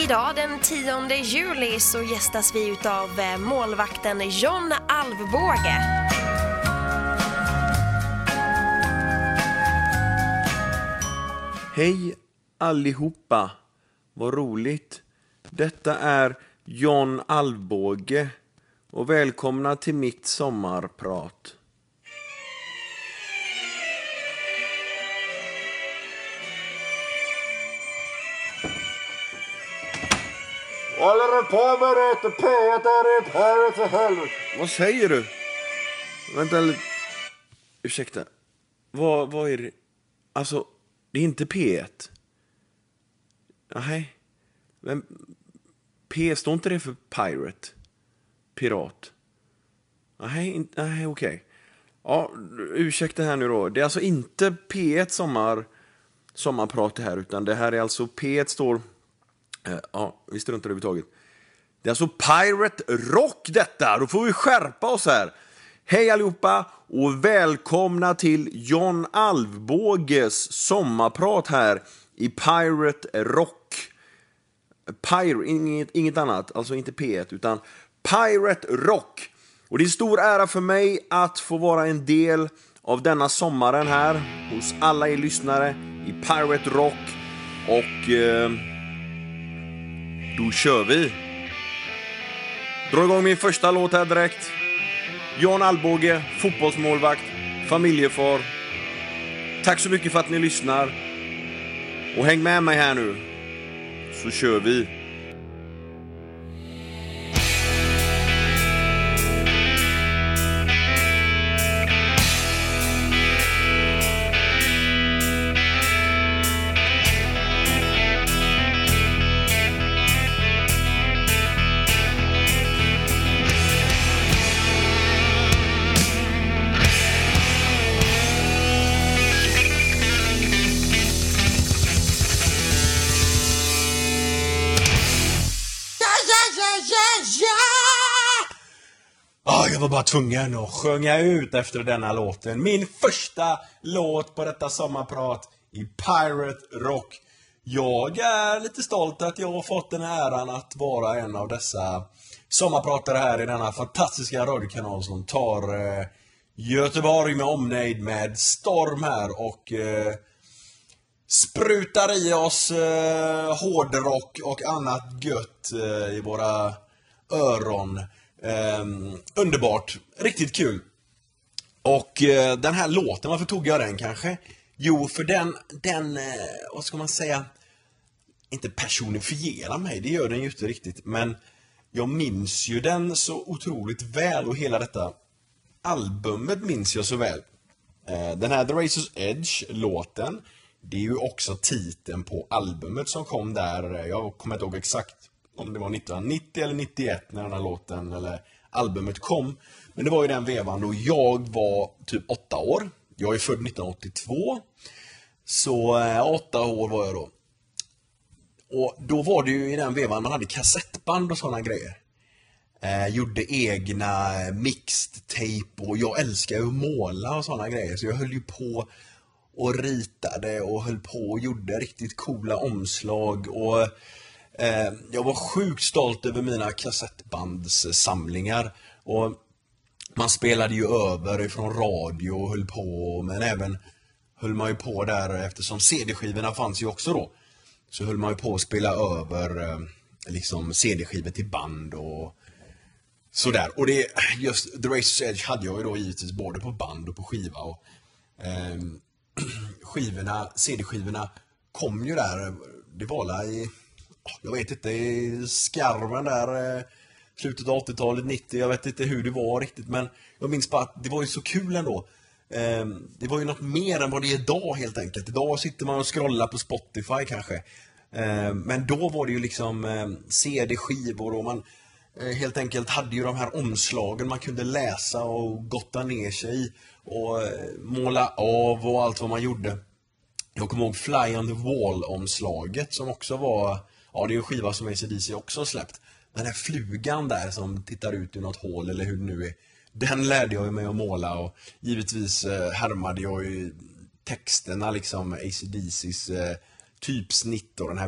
Idag den 10 juli så gästas vi utav målvakten John Alvbåge. Hej allihopa, vad roligt. Detta är John Alvbåge och välkomna till mitt sommarprat. Håller du på med det? P1 är det här för helvete. Vad säger du? Vänta lite. Ursäkta. Vad är det? Alltså, det är inte P1. Nej. Men P står inte det för pirate? Pirat? Nej, okej. Ja, ursäkta här nu då. Det är alltså inte P1 sommarprat här, utan det här är alltså P1 står... Ja, vi struntar överhuvudtaget. Det är alltså Pirate Rock detta. Då får vi skärpa oss här. Hej allihopa och välkomna till John Alvbåges sommarprat här i Pirate Rock. Inget annat, alltså inte P1 utan Pirate Rock. Och det är stor ära för mig att få vara en del av denna sommaren här hos alla er lyssnare i Pirate Rock. Och då kör vi. Dra igång min första låt här direkt. John Alvbåge, fotbollsmålvakt, familjefar. Tack så mycket för att ni lyssnar. Och häng med mig här nu. Så kör vi. Jag var bara tvungen att sjunga ut efter denna låten. Min första låt på detta sommarprat i Pirate Rock. Jag är lite stolt att jag har fått den äran att vara en av dessa sommarpratare här i denna fantastiska radiokanal som tar Göteborg med omnejd med storm här och sprutar i oss hårdrock och annat gött i våra öron. Underbart, riktigt kul. Och den här låten, varför tog jag den kanske? Jo, för den vad ska man säga, inte personifierar mig, det gör den ju inte riktigt, men jag minns ju den så otroligt väl och hela detta albumet minns jag så väl. Den här The Razor's Edge-låten, det är ju också titeln på albumet som kom där, jag kommer inte ihåg exakt om det var 1990 eller 91 när den här låten eller albumet kom. Men det var ju den vevan då jag var typ 8 år. Jag är född 1982. Så 8 år var jag då. Och då var det ju i den vevan man hade kassettband och sådana grejer. Gjorde egna mixed tape och jag älskar ju att måla och sådana grejer. Så jag höll ju på och ritade och höll på och gjorde riktigt coola omslag och... jag var sjukt stolt över mina kassettbandssamlingar och man spelade ju över ifrån radio och höll på, men även höll man ju på där eftersom CD-skivorna fanns ju också då, så höll man ju på att spela över liksom CD-skivor till band och sådär. Och det just The Razor's Edge hade jag ju då givetvis både på band och på skiva och CD-skivorna kom ju där, det var i jag vet inte, i skarven där slutet av 80-talet, 90, jag vet inte hur det var riktigt, men jag minns bara att det var ju så kul ändå. Det var ju något mer än vad det är idag helt enkelt. Idag sitter man och scrollar på Spotify kanske. Men då var det ju liksom CD-skivor och man helt enkelt hade ju de här omslagen man kunde läsa och gotta ner sig i och måla av och allt vad man gjorde. Jag kommer ihåg Fly on the Wall-omslaget som också var... Ja, det är en skiva som AC/DC också har släppt. Den här flugan där som tittar ut i något hål eller hur det nu är. Den lärde jag mig att måla och givetvis härmade jag ju texterna liksom AC/DCs typsnitt och den här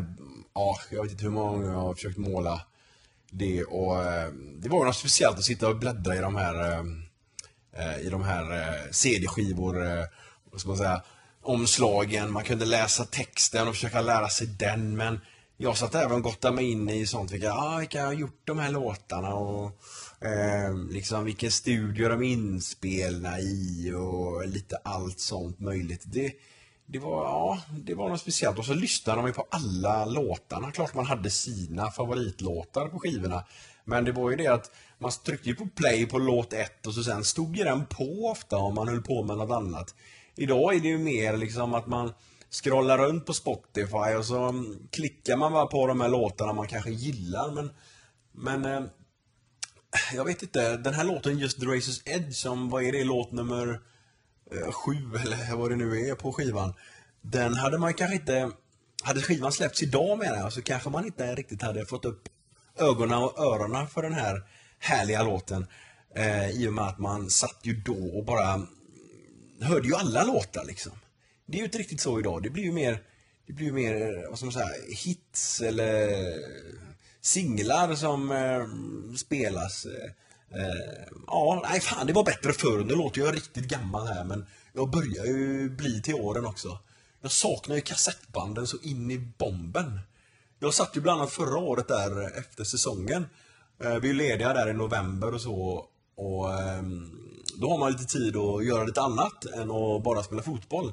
ja, jag vet inte hur många gånger jag har försökt måla det. Och det var något speciellt att sitta och bläddra i de här CD-skivor, vad ska man säga, omslagen. Man kunde läsa texten och försöka lära sig den, men jag satt även och gottade mig in i sånt, vilka har gjort de här låtarna och liksom vilken studio de är inspelna i och lite allt sånt möjligt. Det var något speciellt. Och så lyssnade man på alla låtarna. Klart man hade sina favoritlåtar på skivorna, men det var ju det att man tryckte ju på play på låt 1 och så sen stod ju den på ofta om man höll på med något annat. Idag är det ju mer liksom att man scrollar runt på Spotify och så klickar man bara på de här låtarna man kanske gillar, men jag vet inte, den här låten Just the Razor's Edge, som, vad är det, låt nummer 7 eller vad det nu är på skivan, den hade man kanske inte, hade skivan släppts idag menar jag, så kanske man inte riktigt hade fått upp ögonen och öronen för den här härliga låten, i och med att man satt ju då och bara hörde ju alla låtar liksom. Det är ju inte riktigt så idag. Det blir ju mer, vad ska man säga, hits eller singlar som spelas. Nej fan, det var bättre förr. Det låter ju riktigt gammal här, men jag börjar ju bli till åren också. Jag saknar ju kassettbanden så in i bomben. Jag satt ju bland annat förra året där efter säsongen. Vi är lediga där i november och så, och då har man lite tid att göra lite annat än att bara spela fotboll.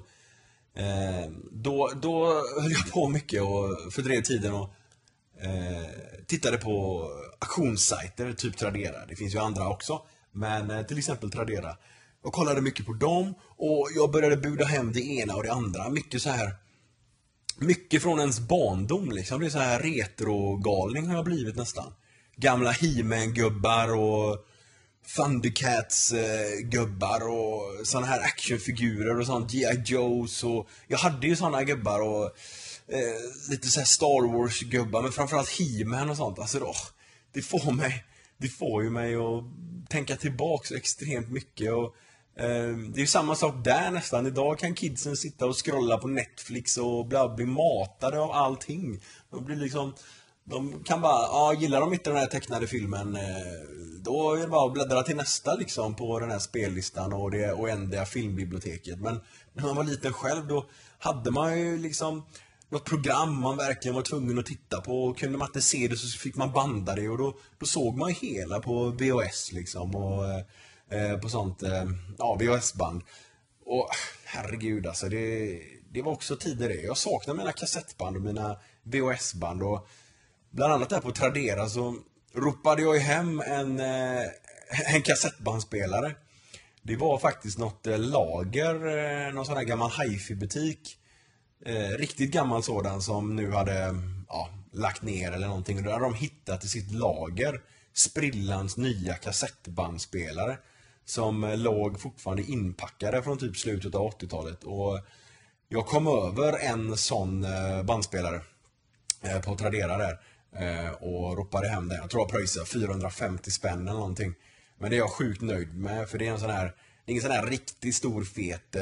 Då höll jag på mycket och fördrev tiden och tittade på auktionssajter, typ Tradera. Det finns ju andra också, men till exempel Tradera. Jag kollade mycket på dem och jag började buda hem det ena och det andra. Mycket så här, mycket från ens barndom liksom. Det är så här retrogalning har jag blivit nästan. Gamla He-Man-gubbar och Thundercats gubbar och såna här actionfigurer och sånt, G.I. Joes, och jag hade ju såna gubbar och lite så här Star Wars gubbar, men framförallt He-Man och sånt. Alltså då, det får ju mig att tänka tillbaka så extremt mycket, och det är ju samma sak där nästan. Idag kan kidsen sitta och scrolla på Netflix och bli matade av allting. De kan bara, gillar de inte den här tecknade filmen, då är det bara att bläddra till nästa liksom på den här spellistan och det oändliga filmbiblioteket. Men när man var liten själv, då hade man ju liksom något program man verkligen var tvungen att titta på, och kunde man inte se det så fick man banda det, och då såg man ju hela på VHS liksom, och på sånt, VHS-band. Och herregud alltså, det var också tider det. Jag saknar mina kassettband och mina VHS-band, och bland annat där på Tradera så ropade jag hem en kassettbandspelare. Det var faktiskt något lager, någon sån här gammal hi-fi-butik. Riktigt gammal sådan som nu hade lagt ner eller någonting. Och då hade de hittat i sitt lager sprillans nya kassettbandspelare som låg fortfarande inpackade från typ slutet av 80-talet. Och jag kom över en sån bandspelare på Tradera där och ropade hem den. Jag tror jag pröjsade 450 spänn eller någonting. Men det är jag sjukt nöjd med, för det är en sån här, det är ingen sån här riktigt stor fet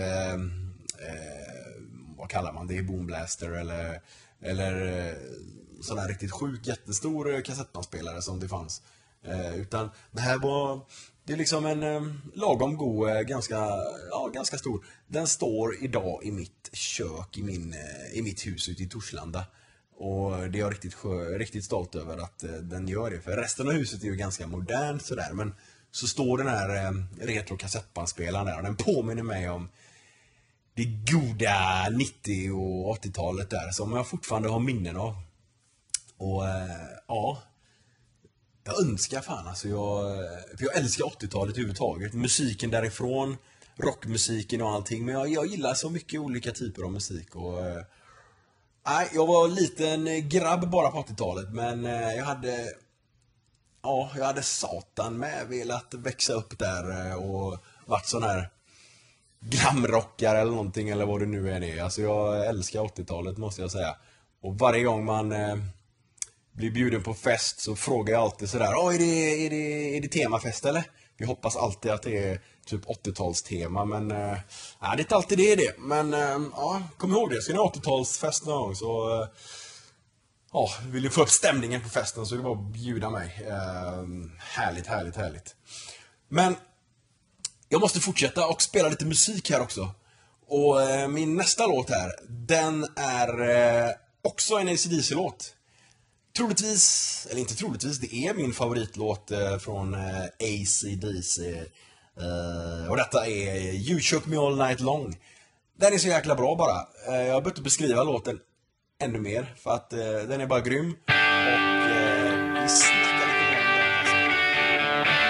vad kallar man det, boomblaster eller sån här riktigt sjukt jättestor kassettbandspelare som det fanns, utan det här det är liksom en lagom god, ganska stor. Den står idag i mitt kök i mitt hus ute i Torslanda. Och det är jag riktigt stolt över att den gör det. För resten av huset är ju ganska modernt sådär. Men så står den här retro-kassettbandspelaren där. Och den påminner mig om det goda 90- och 80-talet där. Som jag fortfarande har minnen av. Och jag önskar fan alltså. För jag älskar 80-talet överhuvudtaget. Musiken därifrån, rockmusiken och allting. Men jag gillar så mycket olika typer av musik. Och nej, jag var en liten grabb bara på 80-talet, men jag hade satan med velat växa upp där och varit sån här glamrockare eller någonting, eller vad det nu är det. Alltså jag älskar 80-talet måste jag säga. Och varje gång man blir bjuden på fest så frågar jag alltid sådär, är det temafest eller? Vi hoppas alltid att det är typ 80-talstema, men det är inte alltid det är det. Men kom ihåg det, ska ni ha 80-talsfest någon gång så vill ju få upp stämningen på festen, så det var att bjuda mig. Härligt. Men jag måste fortsätta och spela lite musik här också. Och min nästa låt här, den är också en AC/DC-låt. Troligtvis, eller inte troligtvis, det är min favoritlåt från AC/DC. Och detta är You Shook Me All Night Long. Den är så jäkla bra bara. Jag har börjat beskriva låten ännu mer, för att den är bara grym. Och vi snackar lite mer om den här.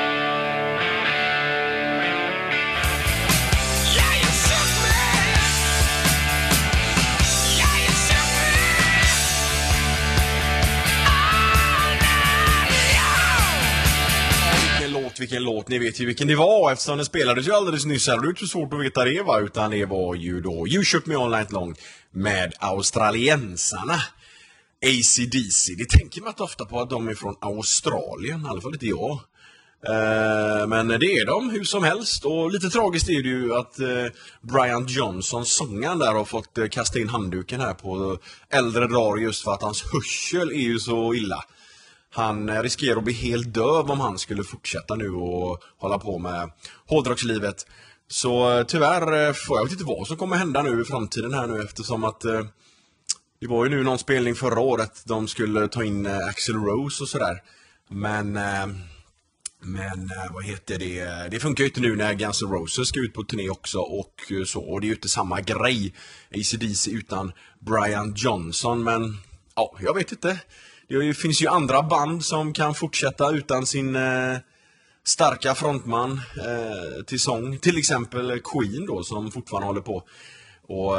Vilken låt, ni vet ju vilken det var, eftersom den spelades ju alldeles nyss här. Det är inte så svårt att veta det, va? Utan det var ju då You Shook Me All Night Long med australiensarna AC/DC. Det tänker man inte ofta på att de är från Australien, i alla fall inte jag. Men det är de hur som helst. Och lite tragiskt är det ju att Brian Johnson, sångaren där, har fått kasta in handduken här på äldre dagar, just för att hans hörsel är ju så illa. Han riskerar att bli helt döv om han skulle fortsätta nu och hålla på med hårdrockslivet. Så tyvärr får jag inte vad som kommer hända nu i framtiden här nu, eftersom att det var ju nu någon spelning förra året. De skulle ta in Axl Rose och sådär. Men vad heter det? Det funkar ju inte nu när Guns N' Roses ska ut på turné också och så. Och det är ju inte samma grej, AC/DC utan Brian Johnson. Men ja, jag vet inte. Det finns ju andra band som kan fortsätta utan sin starka frontman till sång. Till exempel Queen då, som fortfarande håller på och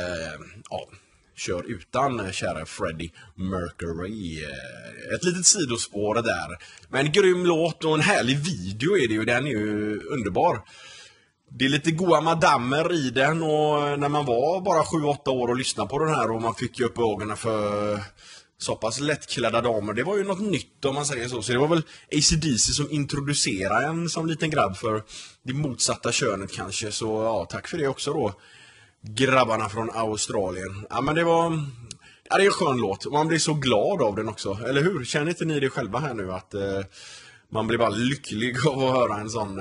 kör utan kära Freddie Mercury. Ett litet sidospår där. Men en grym låt och en härlig video är det ju. Den är ju underbar. Det är lite goa madamer i den, och när man var bara 7-8 år och lyssnade på den här och man fick ju upp ögonen för så pass lättklädda damer, det var ju något nytt om man säger så. Så det var väl AC/DC som introducerade en som liten grabb för det motsatta könet kanske. Så ja, tack för det också då, grabbarna från Australien. Ja, men det var... Ja, det är en skön låt. Man blir så glad av den också. Eller hur? Känner inte ni det själva här nu? Att man blir bara lycklig av att höra en sån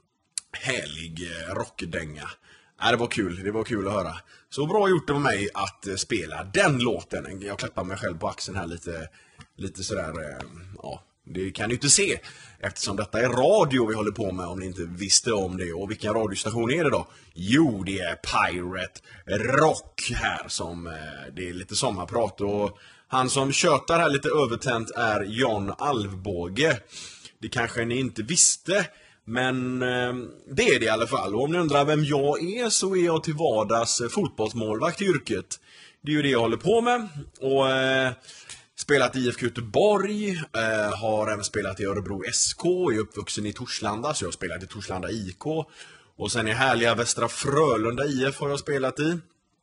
härlig rockdänga. Ja, det var kul. Det var kul att höra. Så bra gjort av mig att spela den låten. Jag klappar mig själv på axeln här lite sådär. Ja, det kan ni inte se. Eftersom detta är radio vi håller på med, om ni inte visste om det. Och vilken radiostation är det då? Jo, det är Pirate Rock här som det är lite sommarprat. Och han som tjötar här lite övertänt är John Alvbåge. Det kanske ni inte visste, men det är det i alla fall. Och om ni undrar vem jag är, så är jag till vardags fotbollsmålvakt i yrket. Det är ju det jag håller på med. Och spelat i IFK Göteborg, har även spelat i Örebro SK, är uppvuxen i Torslanda, så jag har spelat i Torslanda IK. Och sen i härliga Västra Frölunda IF har jag spelat i.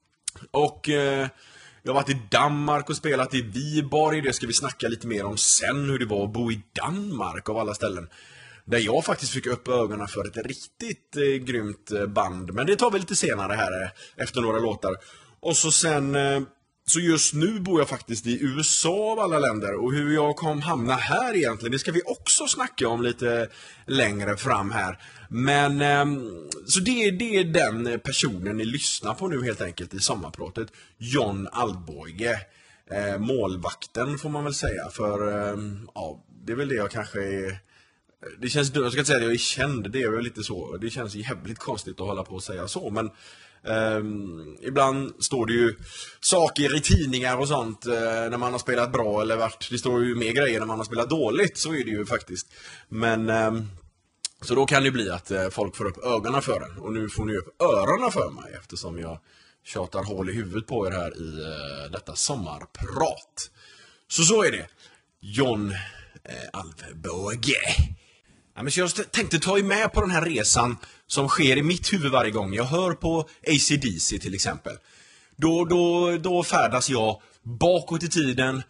Och jag har varit i Danmark och spelat i Viborg. Det ska vi snacka lite mer om sen, hur det var att bo i Danmark av alla ställen. Där jag faktiskt fick upp ögonen för ett riktigt grymt band. Men det tar vi lite senare här efter några låtar. Och så sen... Så just nu bor jag faktiskt i USA av alla länder. Och hur jag kom hamna här egentligen, det ska vi också snacka om lite längre fram här. Men så det är den personen ni lyssnar på nu helt enkelt i sommarpratet. John Alvbåge. Målvakten får man väl säga. För ja, det är väl det jag kanske är... Det känns, jag ska inte säga att jag är känd, det är väl lite så. Det känns jävligt konstigt att hålla på och säga så, men ibland står det ju saker i tidningar och sånt när man har spelat bra eller vart. Det står ju mer grejer när man har spelat dåligt, så är det ju faktiskt. Men så då kan det bli att folk får upp ögonen för en. Och nu får ni upp öronen för mig, eftersom jag tjatar hål i huvudet på er här i detta sommarprat. Så är det. John Alvbåge. Ja, men så jag tänkte ta med på den här resan som sker i mitt huvud varje gång jag hör på AC/DC till exempel. Då färdas jag bakåt i tiden.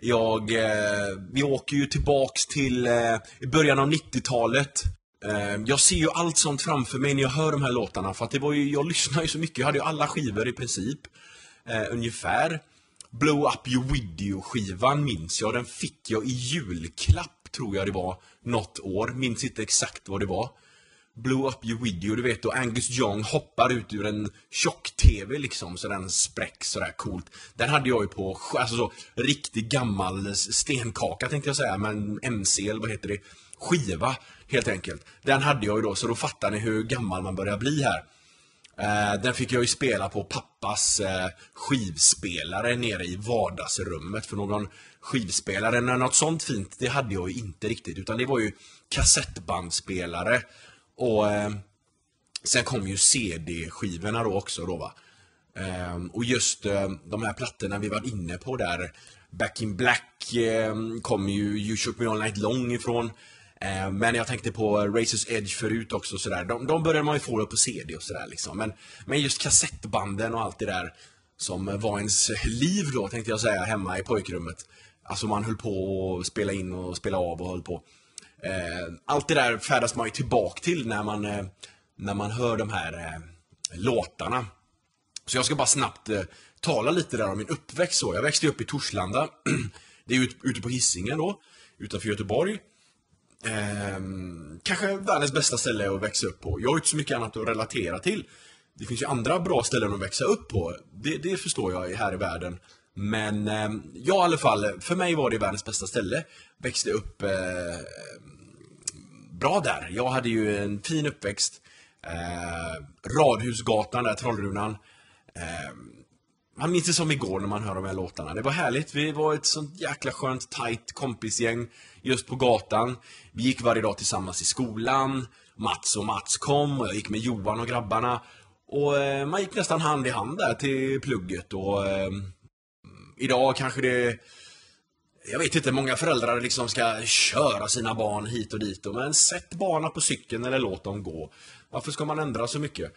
Vi åker ju tillbaks till början av 90-talet. Jag ser ju allt sånt framför mig när jag hör de här låtarna. För att det var ju, jag lyssnar ju så mycket. Jag hade ju alla skivor i princip. Ungefär. Blow Up You With You-skivan minns jag. Den fick jag i julklapp, tror jag det var, något år. Minns inte exakt vad det var. Blow Up You With You, du vet då Angus Young hoppar ut ur en tjock-tv liksom, så den spräcks sådär coolt. Den hade jag ju på, alltså så riktigt gammal stenkaka tänkte jag säga, men MC eller vad heter det, skiva helt enkelt. Den hade jag ju då, så då fattar ni hur gammal man börjar bli här. Den fick jag ju spela på pappas skivspelare nere i vardagsrummet, för någon skivspelare eller något sånt fint, det hade jag ju inte riktigt, utan det var ju kassettbandspelare. Och sen kom ju CD-skivorna då också då, va. Och just de här plattorna vi var inne på där, Back in Black kom ju You Shook Me All Night Long ifrån. Men jag tänkte på Razor's Edge förut också sådär. De började man ju få upp på CD och sådär liksom. Men just kassettbanden och allt det där som var ens liv då, tänkte jag säga, hemma i pojkrummet. Alltså man höll på att spela in och spela av och höll på. Allt det där färdas man ju tillbaka till när man hör de här låtarna. Så jag ska bara snabbt tala lite där om min uppväxt. Så jag växte upp i Torslanda. Det är ute på Hisingen då, utanför Göteborg. Kanske världens bästa ställe att växa upp på. Jag har inte så mycket annat att relatera till. Det finns ju andra bra ställen att växa upp på. Det förstår jag här i världen. Men ja, i alla fall, för mig var det världens bästa ställe. Växte upp bra där. Jag hade ju en fin uppväxt. Radhusgatan där, Trollrunan. Man minns det som igår när man hör de här låtarna. Det var härligt. Vi var ett sånt jäkla skönt, tight kompisgäng just på gatan. Vi gick varje dag tillsammans i skolan. Mats och Mats kom och jag gick med Johan och grabbarna. Och man gick nästan hand i hand där till plugget. Och idag kanske det... Jag vet inte, många föräldrar liksom ska köra sina barn hit och dit. Men sätt barnen på cykeln eller låt dem gå. Varför ska man ändra så mycket?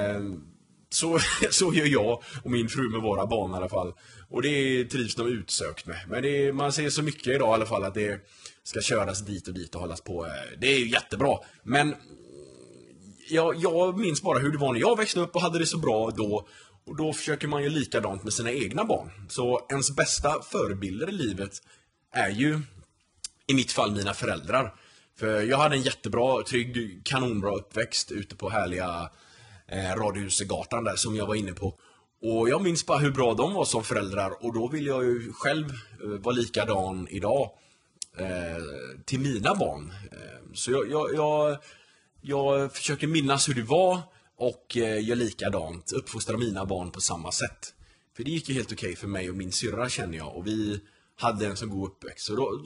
Så gör jag och min fru med våra barn i alla fall. Och det trivs de utsökt med. Men man ser så mycket idag i alla fall att det ska köras dit och dit och hållas på. Det är ju jättebra. Men jag minns bara hur det var när jag växte upp och hade det så bra då. Och då försöker man ju likadant med sina egna barn. Så ens bästa förebilder i livet är ju i mitt fall mina föräldrar. För jag hade en jättebra, trygg, kanonbra uppväxt ute på härliga Radhusgatan där som jag var inne på. Och jag minns bara hur bra de var som föräldrar. Och då vill jag ju själv vara likadan idag till mina barn. Så jag försöker minnas hur det var och gör likadant. Uppfostra mina barn på samma sätt. För det gick ju helt okej för mig och min syrra, känner jag. Och vi hade en så god uppväxt.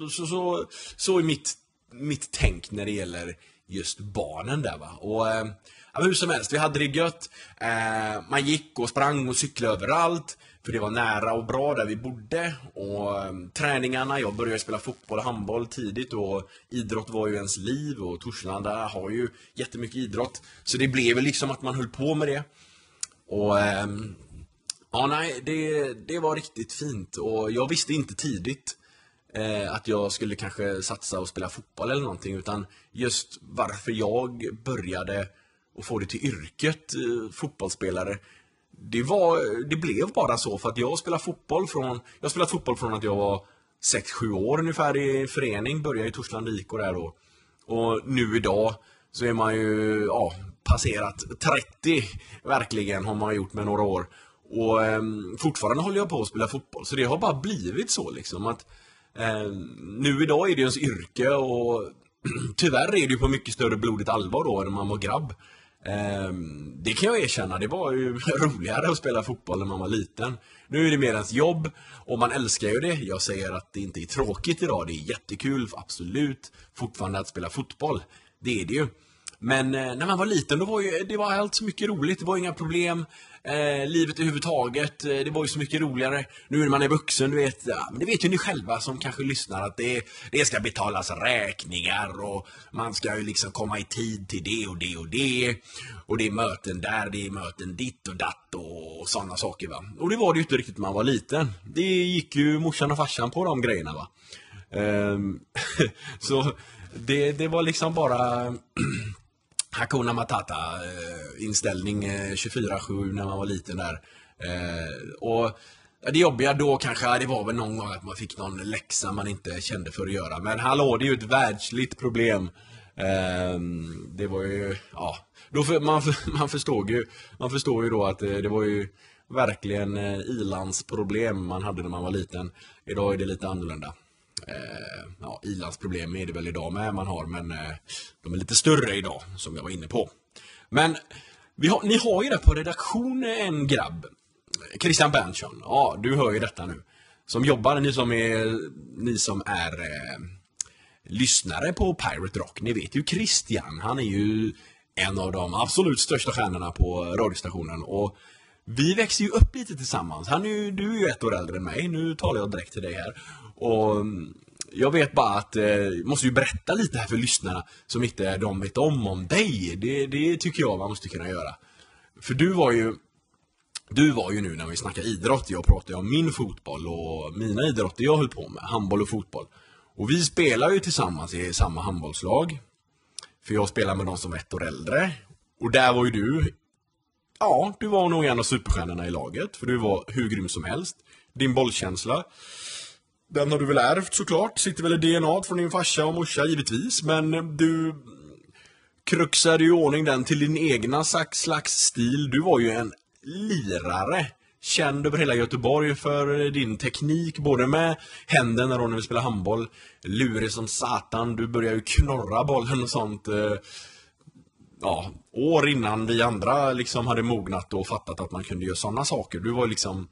Så är mitt tänk när det gäller just barnen där, va. Och hur som helst, vi hade det gött. Man gick och sprang och cyklade överallt. För det var nära och bra där vi bodde. Och träningarna, jag började spela fotboll och handboll tidigt. Och idrott var ju ens liv. Och Torslanda har ju jättemycket idrott. Så det blev väl liksom att man höll på med det. Och ja, nej, det var riktigt fint. Och jag visste inte tidigt att jag skulle kanske satsa och spela fotboll eller någonting. Utan just varför jag började och få det till yrket fotbollsspelare. Det blev bara så, för att jag spelat fotboll från att jag var 6-7 år ungefär i förening. Började i Torslanda IK där då. Och nu idag så är man ju passerat 30. Verkligen har man gjort med några år. Och fortfarande håller jag på att spela fotboll. Så det har bara blivit så liksom att nu idag är det ens yrke. Och tyvärr är det ju på mycket större blodigt allvar då än när man var grabb. Det kan jag erkänna, det var ju roligare att spela fotboll när man var liten. Nu är det mer ens jobb och man älskar ju det. Jag säger att det inte är tråkigt idag, det är jättekul, absolut, fortfarande att spela fotboll. Det är det ju. Men när man var liten då det var allt så mycket roligt, det var inga problem. Livet överhuvudtaget, det var ju så mycket roligare. Nu när man är vuxen, du vet, men det vet ju ni själva som kanske lyssnar, att det ska betalas räkningar och man ska ju liksom komma i tid till det och det och det. Och det är möten där, det är möten ditt och datt och sådana saker, va. Och det var det ju inte riktigt när man var liten. Det gick ju morsan och farsan på de grejerna, va. Så det var liksom bara Hakuna Matata inställning 24/7 när man var liten där. Och Det jobbiga då kanske, det var väl någon gång att man fick någon läxa man inte kände för att göra. Men hallå, det är ju ett världsligt problem. Det var ju, ja, då man förstår ju då att det var ju verkligen ilandsproblem man hade när man var liten. Idag är det lite annorlunda. Ja, ilandsproblem är det väl idag med man har, men de är lite större idag, som jag var inne på. Men ni har ju där på redaktion en grabb, Christian Berntsson. Ja, du hör ju detta nu. Som jobbar, ni som är lyssnare på Pirate Rock. Ni vet ju Christian, han är ju en av de absolut största stjärnorna på radiostationen. Och vi växer ju upp lite tillsammans. Du är ju ett år äldre än mig. Nu talar jag direkt till dig här. Och jag vet bara att måste ju berätta lite här för lyssnarna som inte de vet om dig. Det tycker jag man måste kunna göra. För du var ju nu när vi snackar idrott. Jag pratade om min fotboll och mina idrotter jag höll på med. Handboll och fotboll. Och vi spelar ju tillsammans i samma handbollslag. För jag spelar med de som är ett år äldre. Och där var ju du. Ja, du var nog en av superstjärnorna i laget. För du var hur grym som helst. Din bollkänsla, den har du väl ärvt såklart. Sitter väl i DNA från din farsa och morsa givetvis. Men du kruxade ju i ordning den till din egna slags stil. Du var ju en lirare. Känd över hela Göteborg för din teknik. Både med händerna när du spelar handboll. Lurig som satan. Du började ju knorra bollen och sånt. Ja, år innan vi andra liksom hade mognat och fattat att man kunde göra sådana saker. Du var liksom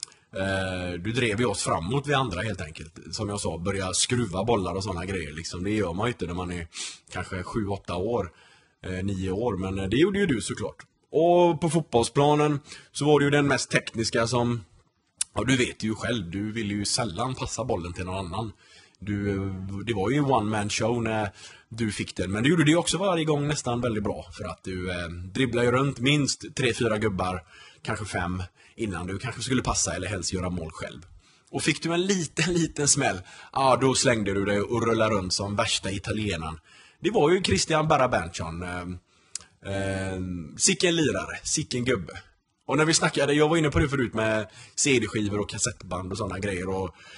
du drev ju oss framåt vi andra helt enkelt. Som jag sa, börja skruva bollar och sådana grejer liksom. Det gör man ju inte när man är kanske 7-8 år 9 år, men det gjorde ju du såklart. Och på fotbollsplanen så var det ju den mest tekniska som, ja, du vet ju själv, du ville ju sällan passa bollen till någon annan. Det var ju one man show när du fick den. Men du gjorde det också varje gång nästan väldigt bra. För att du dribblade ju runt minst 3-4 gubbar, kanske 5, innan du kanske skulle passa eller helst göra mål själv. Och fick du en liten smäll, ja, då slängde du dig och rullade runt som värsta italienaren. Det var ju Christian Berntsson. Sicken lirare, sicken gubbe. Och när vi snackade, jag var inne på det förut med CD-skivor och kassettband och sådana grejer.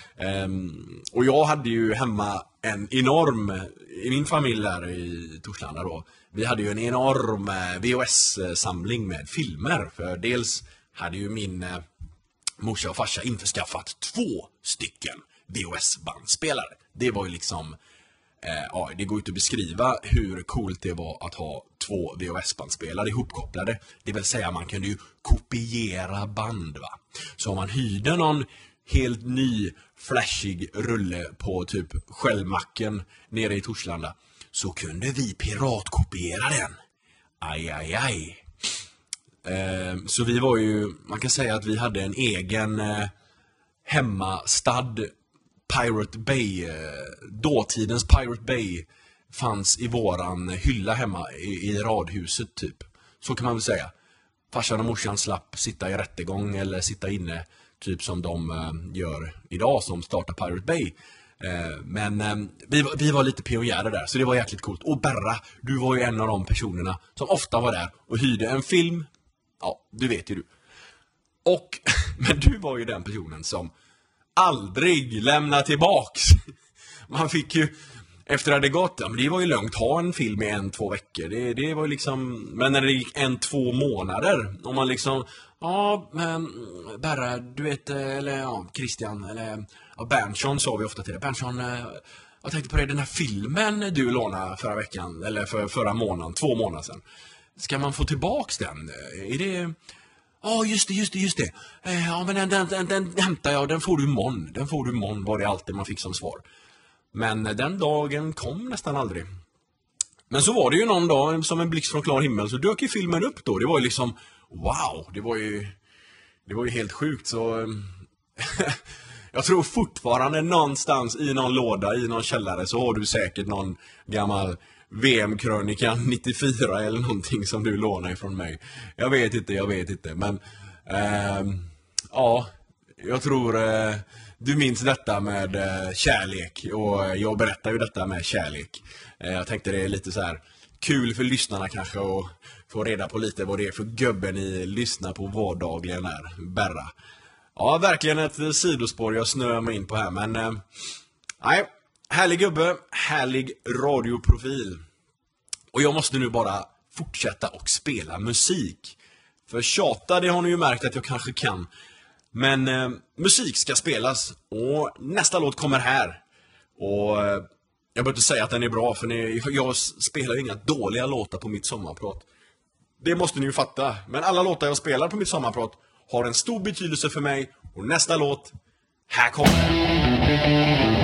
Och jag hade ju hemma en enorm, i min familj där i Torslanda då, vi hade ju en enorm VHS-samling med filmer. För dels hade ju min morsa och farsa införskaffat 2 stycken VHS-bandspelare. Det var ju liksom, ja, det går inte att beskriva hur coolt det var att ha 2 VHS-bandspelare ihopkopplade. Det vill säga man kunde ju kopiera band, va. Så om man hyrde någon helt ny flashig rulle på typ Skällmacken nere i Torslanda, så kunde vi piratkopiera den. Aj. Så vi var ju, man kan säga att vi hade en egen hemmastad Pirate Bay. Dåtidens Pirate Bay fanns i våran hylla hemma i radhuset typ. Så kan man väl säga. Farsan och morsan slapp sitta i rättegång eller sitta inne typ som de gör idag som startar Pirate Bay. Men vi var lite pionjärer där, så det var jäkligt coolt. Och Berra, du var ju en av de personerna som ofta var där och hyrde en film. Ja, du vet ju du. Och, men du var ju den personen som aldrig lämna tillbaks. Man fick ju, efter att det gått, ja, men det var ju lugnt, ha en film i 1-2 veckor. Det var ju liksom, men när det gick 1-2 månader, om man liksom, ja, men Berra, du vet, eller ja, Christian, eller ja, Berntsson sa vi ofta till det. Berntsson, jag tänkte på det, den här filmen du lånade förra veckan, eller förra månaden, 2 månader sedan. Ska man få tillbaks den? Är det... Ja, just det. Ja, men den hämtar jag, den får du imorgon, var det alltid man fick som svar. Men den dagen kom nästan aldrig. Men så var det ju någon dag, som en blixt från klar himmel, så dök ju filmen upp då. Det var ju liksom, wow, det var ju helt sjukt. Så jag tror fortfarande någonstans i någon låda, i någon källare, så har du säkert någon gammal VM-krönika 94 eller någonting som du lånar ifrån mig. Jag vet inte. Men ja, jag tror du minns detta med kärlek. Och jag berättar ju detta med kärlek. Jag tänkte det är lite så här kul för lyssnarna kanske att få reda på lite vad det är för gubben ni lyssnar på vardagligen här, Berra. Ja, verkligen ett sidospår jag snöar mig in på här, men nej, härlig gubbe, härlig radioprofil. Och jag måste nu bara fortsätta och spela musik. För tjata, det har ni ju märkt att jag kanske kan. Men musik ska spelas, och nästa låt kommer här. Och jag behöver inte säga att den är bra, för jag spelar ju inga dåliga låtar på mitt sommarprat. Det måste ni ju fatta. Men alla låtar jag spelar på mitt sommarprat har en stor betydelse för mig. Och nästa låt, här kommer den.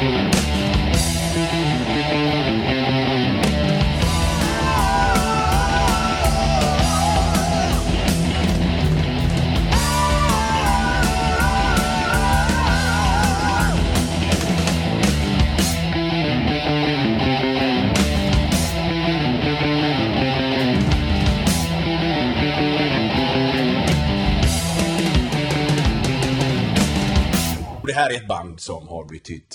Det här är ett band som har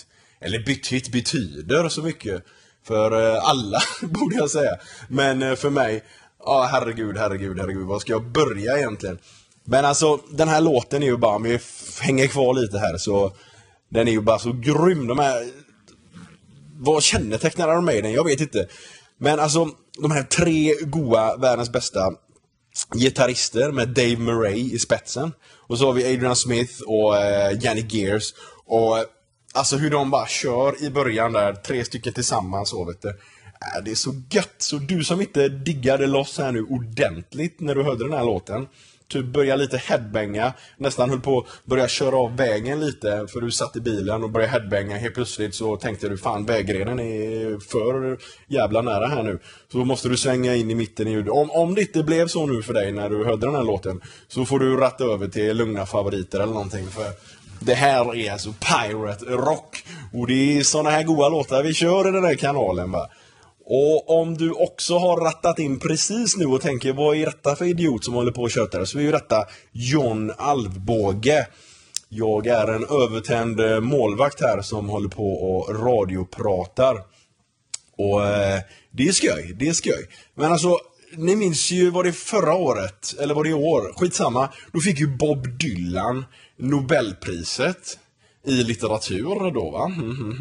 betyder så mycket för alla, borde jag säga. Men för mig, herregud, var ska jag börja egentligen? Men alltså, den här låten är ju bara, om vi hänger kvar lite här, så den är ju bara så grym. Vad kännetecknar de med den? Jag vet inte. Men alltså, de här 3 goa, världens bästa gitarrister med Dave Murray i spetsen. Och så har vi Adrian Smith och Yannick Gears. Och alltså hur de bara kör i början där, 3 stycken tillsammans, så vet du. Det är så gött. Så du som inte diggade loss här nu ordentligt när du hörde den här låten, typ börja lite headbanga, nästan höll på att börja köra av vägen lite, för du satt i bilen och började headbanga. Helt plötsligt så tänkte du, fan, vägrenen är för jävla nära här nu, så måste du svänga in i mitten i ljudet. Om det inte blev så nu för dig när du hörde den här låten, så får du ratta över till lugna favoriter eller någonting, för det här är alltså pirate rock, och det är såna här goda låtar vi kör i den här kanalen, va. Och om du också har rattat in precis nu och tänker, vad är detta för idiot som håller på att köta det, så är ju detta John Alvbåge. Jag är en övertänd målvakt här som håller på och radiopratar. Och det är skoj. Men alltså, ni minns ju, var det förra året, eller var det i år? Skitsamma, då fick ju Bob Dylan Nobelpriset i litteratur då, va?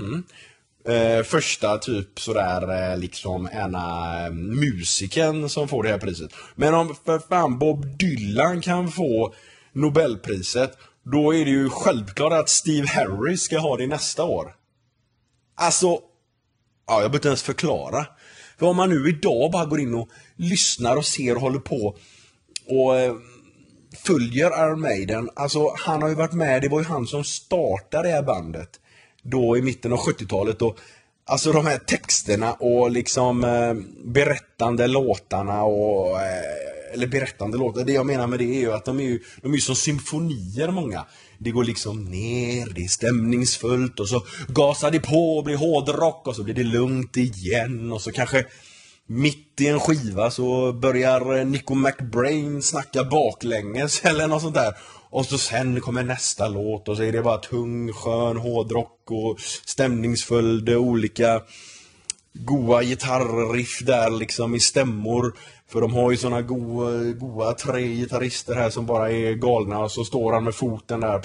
Första typ sådär liksom ena musiken som får det här priset. Men om för fan Bob Dylan kan få Nobelpriset, då är det ju självklart att Steve Harris ska ha det nästa år. Alltså, jag behöver inte ens förklara. För om man nu idag bara går in och lyssnar och ser och håller på och följer Iron Maiden, alltså han har ju varit med, det var ju han som startade det här bandet då i mitten av 70-talet, och alltså de här texterna och liksom berättande låtarna och eller berättande låtar, det jag menar med det är ju att de är som symfonier, många. Det går liksom ner, det är stämningsfullt, och så gasar det på och blir hårdrock, och så blir det lugnt igen, och så kanske mitt i en skiva så börjar Nico McBrain snacka baklänges eller något sånt där. Och så sen kommer nästa låt, och så är det bara tung, skön hårdrock och stämningsfull, olika goa gitarriff där liksom i stämmor. För de har ju såna goa 3 gitarrister här som bara är galna, och så står han med foten där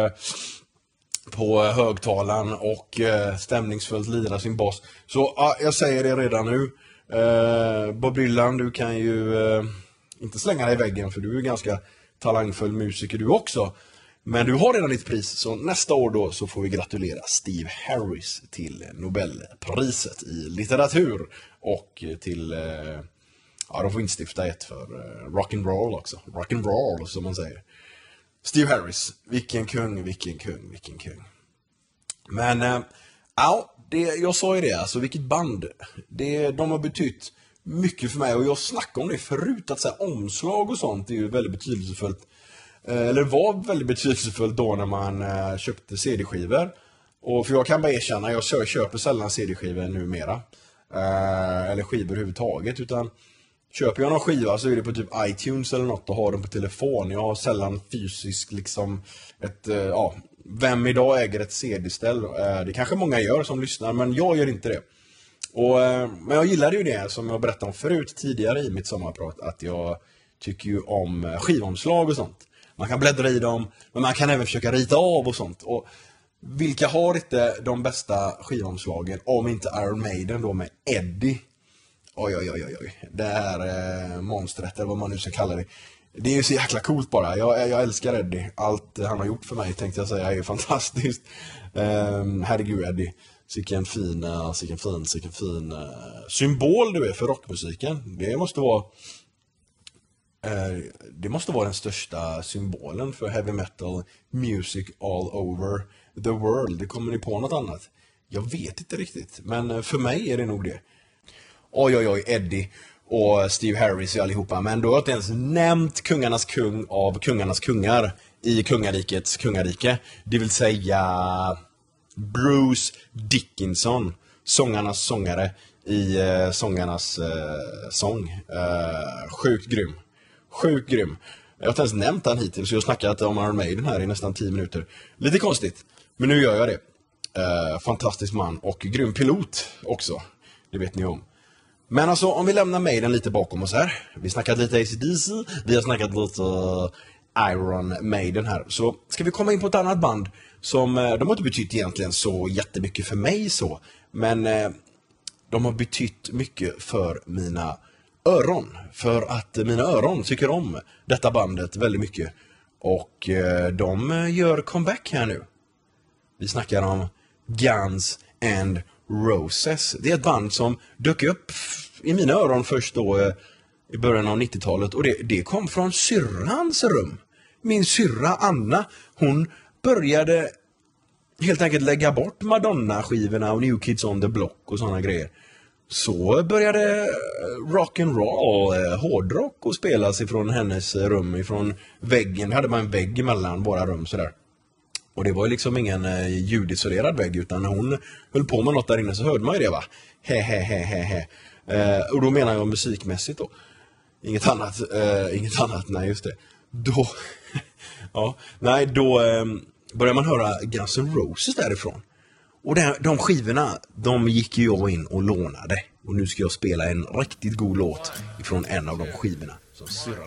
på högtalaren och stämningsfullt lirar sin bas. Så jag säger det redan nu. Bob Dylan, du kan ju inte slänga dig i väggen, för du är ganska talangfull musiker du också. Men du har redan ditt pris, så nästa år då så får vi gratulera Steve Harris till Nobelpriset i litteratur. Och till, de får instifta ett för rock'n'roll också. Rock'n'roll som man säger. Steve Harris, vilken kung. Men, jag sa ju det, alltså vilket band. De har betytt mycket för mig, och jag snackade om det förut, att så här, omslag och sånt är ju väldigt betydelsefullt. Eller var väldigt betydelsefullt då när man köpte CD-skivor. Och för jag kan bara erkänna, jag köper sällan CD-skivor numera. Eller skivor överhuvudtaget, utan köper jag någon skiva så är det på typ iTunes eller något och har den på telefon. Jag har sällan fysiskt liksom vem idag äger ett CD-ställ? Det kanske många gör som lyssnar, men jag gör inte det. Men jag gillade ju det som jag berättade om förut tidigare i mitt sommarprat, att jag tycker ju om skivomslag och sånt. Man kan bläddra i dem, men man kan även försöka rita av och sånt. Och vilka har inte de bästa skivomslagen om inte Iron Maiden då med Eddie? Oj. Det här monstret, eller vad man nu ska kalla det. Det är ju så jäkla coolt bara. Jag älskar Eddie. Allt han har gjort för mig, tänkte jag säga, är ju fantastiskt. Herregud Eddie. Vilken fin symbol du är för rockmusiken. Det måste vara den största symbolen för heavy metal music all over the world. Det kommer ni på något annat? Jag vet inte riktigt, men för mig är det nog det. Oj, Eddie och Steve Harris och allihopa. Men då har jag inte ens nämnt kungarnas kung av kungarnas kungar i kungarikets kungarike. Det vill säga Bruce Dickinson, sångarnas sångare i sångarnas sång. Sjukt grym. Jag har inte ens nämnt han hittills, så jag har snackat om Iron Maiden här i nästan 10 minuter. Lite konstigt, men nu gör jag det. Fantastisk man och grym pilot också. Det vet ni om. Men alltså, om vi lämnar Maiden lite bakom oss här. Vi har snackat lite AC/DC, vi har snackat lite Iron Maiden här. Så ska vi komma in på ett annat band som, de har inte betytt egentligen så jättemycket för mig så. Men de har betytt mycket för mina öron. För att mina öron tycker om detta bandet väldigt mycket. Och de gör comeback här nu. Vi snackar om Guns N' Roses. Det är ett band som dök upp i mina öron först då i början av 90-talet. Och det kom från syrrans rum. Min syrra Anna, hon började helt enkelt lägga bort Madonna-skivorna och New Kids on the Block och sådana grejer. Så började rock'n'roll, hårdrock och spelas ifrån hennes rum, ifrån väggen. Det hade man en vägg mellan våra rum sådär. Och det var ju liksom ingen ljudisolerad vägg, utan när hon höll på med något där inne så hörde man ju det, va? He. Och då menar jag musikmässigt då. Inget annat, nej just det. Då, då började man höra Guns N' Roses därifrån. Och de skivorna, de gick ju jag in och lånade. Och nu ska jag spela en riktigt god låt ifrån en av de skivorna som syrran.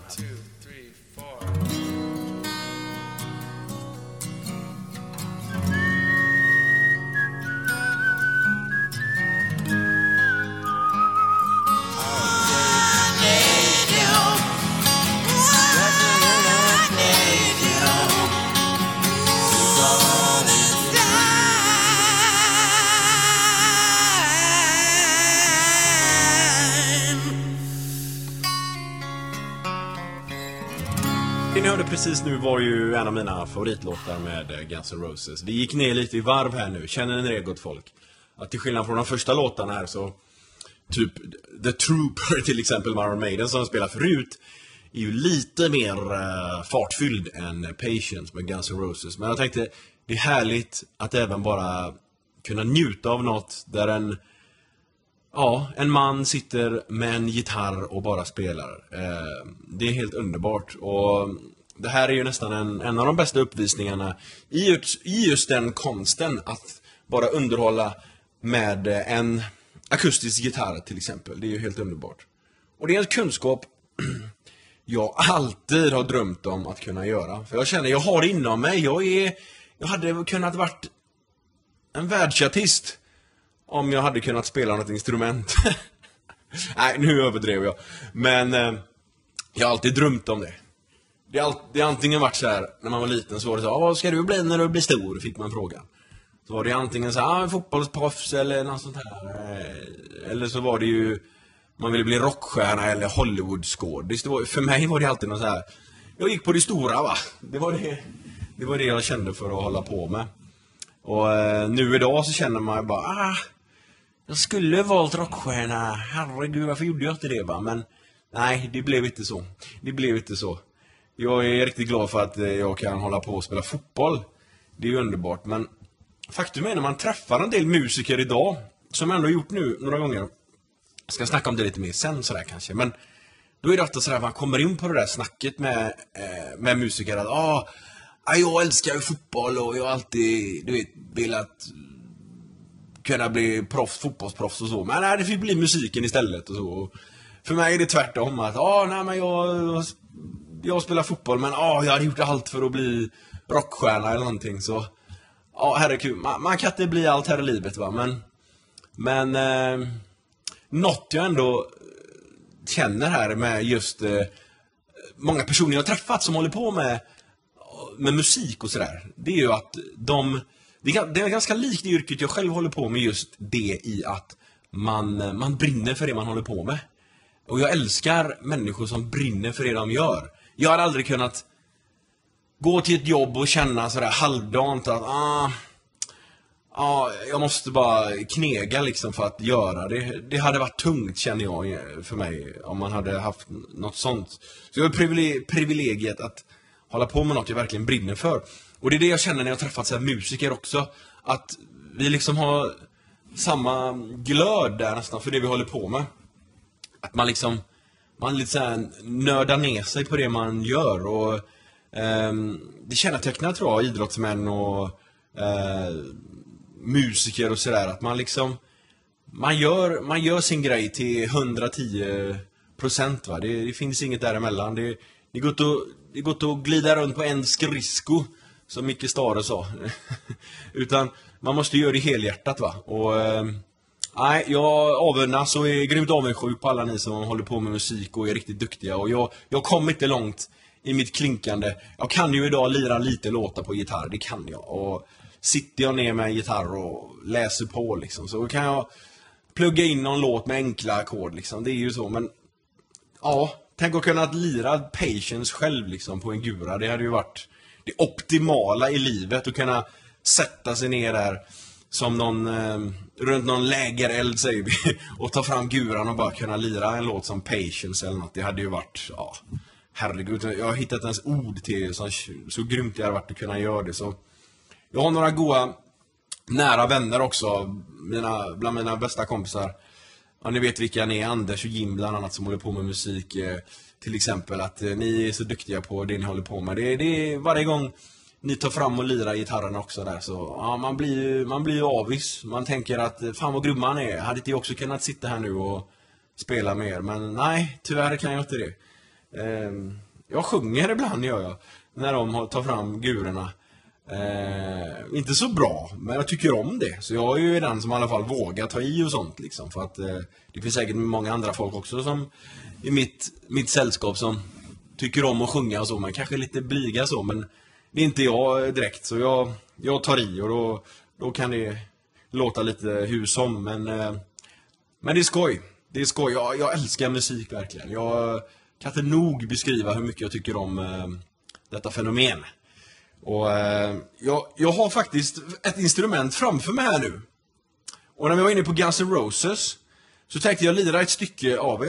Det ni hörde precis nu var ju en av mina favoritlåtar med Guns N' Roses. Vi gick ner lite i varv här nu. Känner ni det, gott folk? Att till skillnad från de första låtarna här så typ The Trooper till exempel, Iron Maiden som jag spelat förut, är ju lite mer fartfylld än Patience med Guns N' Roses. Men jag tänkte, det är härligt att även bara kunna njuta av något där en man sitter med en gitarr och bara spelar. Det är helt underbart. Och det här är ju nästan en av de bästa uppvisningarna i just den konsten att bara underhålla med en akustisk gitarr till exempel. Det är ju helt underbart. Och det är en kunskap jag alltid har drömt om att kunna göra. För jag känner, jag har det inom mig. Jag hade kunnat varit en världsartist om jag hade kunnat spela något instrument. Nej, nu överdrev jag. Men jag har alltid drömt om det. Det har antingen varit så här, när man var liten så var det så, vad ska du bli när du blir stor? Fick man frågan. Så var det antingen så här, fotbollsproffs eller något sånt här. Eller så var det ju, man ville bli rockstjärna eller Hollywoodskådis. För mig var det alltid något så här, jag gick på det stora, va? Det var det jag kände för att hålla på med. Och nu idag så känner man bara, jag skulle valt rockstjärna. Herregud, varför gjorde jag inte det, va? Men nej, det blev inte så. Jag är riktigt glad för att jag kan hålla på och spela fotboll. Det är ju underbart. Men faktum är när man träffar en del musiker idag, som jag ändå gjort nu några gånger. Jag ska snacka om det lite mer sen sådär kanske. Men då är det ofta sådär, man kommer in på det där snacket med musiker att jag älskar ju fotboll och jag har alltid velat kunna bli fotbollsproffs och så. Men nej, det får bli musiken istället och så. För mig är det tvärtom att jag jag spelar fotboll, men jag hade gjort allt för att bli rockstjärna eller någonting. Så herregud, man kan inte bli allt här i livet, va. Men något jag ändå känner här med just många personer jag har träffat som håller på med musik och sådär, det är ju att det är ganska likt det yrket jag själv håller på med, just det i att man brinner för det man håller på med. Och jag älskar människor som brinner för det de gör. Jag har aldrig kunnat gå till ett jobb och känna sådär halvdant att jag måste bara knega liksom för att göra det. Det hade varit tungt, känner jag, för mig om man hade haft något sånt. Så jag har privilegiet att hålla på med något jag verkligen brinner för. Och det är det jag känner när jag träffat så här musiker också. Att vi liksom har samma glöd där nästan för det vi håller på med. Att man lite så här nördar ner sig på det man gör. Och det kännetecknar, tror jag, idrottsmän och musiker och sådär. Att man gör sin grej till 110%, va. Det finns inget däremellan. Det går inte att glida runt på en skridsko, som Micke Stare sa. Utan man måste göra det helhjärtat, va. Och nej, jag avundas och är grymt avundsjuk på alla ni som håller på med musik och är riktigt duktiga. Och jag kommer inte långt i mitt klinkande. Jag kan ju idag lira lite låtar på gitarr, det kan jag. Och sitter jag ner med en gitarr och läser på liksom, så kan jag plugga in någon låt med enkla ackord liksom. Det är ju så, men tänk att kunna lira Patience själv liksom på en gura. Det hade ju varit det optimala i livet, att kunna sätta sig ner där som runt någon lägereld, säger vi, och ta fram guran och bara kunna lira en låt som Patience eller något. Det hade ju varit, herregud, jag har hittat ens ord till så grymt det hade varit att kunna göra det. Så jag har några goda nära vänner också, bland mina bästa kompisar. Ja, ni vet vilka ni är, Anders och Jim bland annat, som håller på med musik. Till exempel att ni är så duktiga på det ni håller på med. Det är varje gång ni tar fram och lirar gitarren också där, så man blir ju avis. Man tänker att fan vad grym man är. Hade inte jag också kunnat sitta här nu och spela med er? Men nej, tyvärr kan jag inte det. Jag sjunger ibland, gör jag, när de tar fram gurorna. Inte så bra, men jag tycker om det. Så jag är ju den som i alla fall vågar ta i och sånt liksom. För att det finns säkert många andra folk också som i mitt sällskap som tycker om att sjunga och så, men kanske lite blyga så. Men det är inte jag direkt, så jag tar i, och då kan det låta lite hur som. Men det är skoj. Det är skoj. Jag älskar musik verkligen. Jag kan inte nog beskriva hur mycket jag tycker om detta fenomen. Och jag har faktiskt ett instrument framför mig här nu. Och när vi var inne på Guns N' Roses, så tänkte jag lira ett stycke av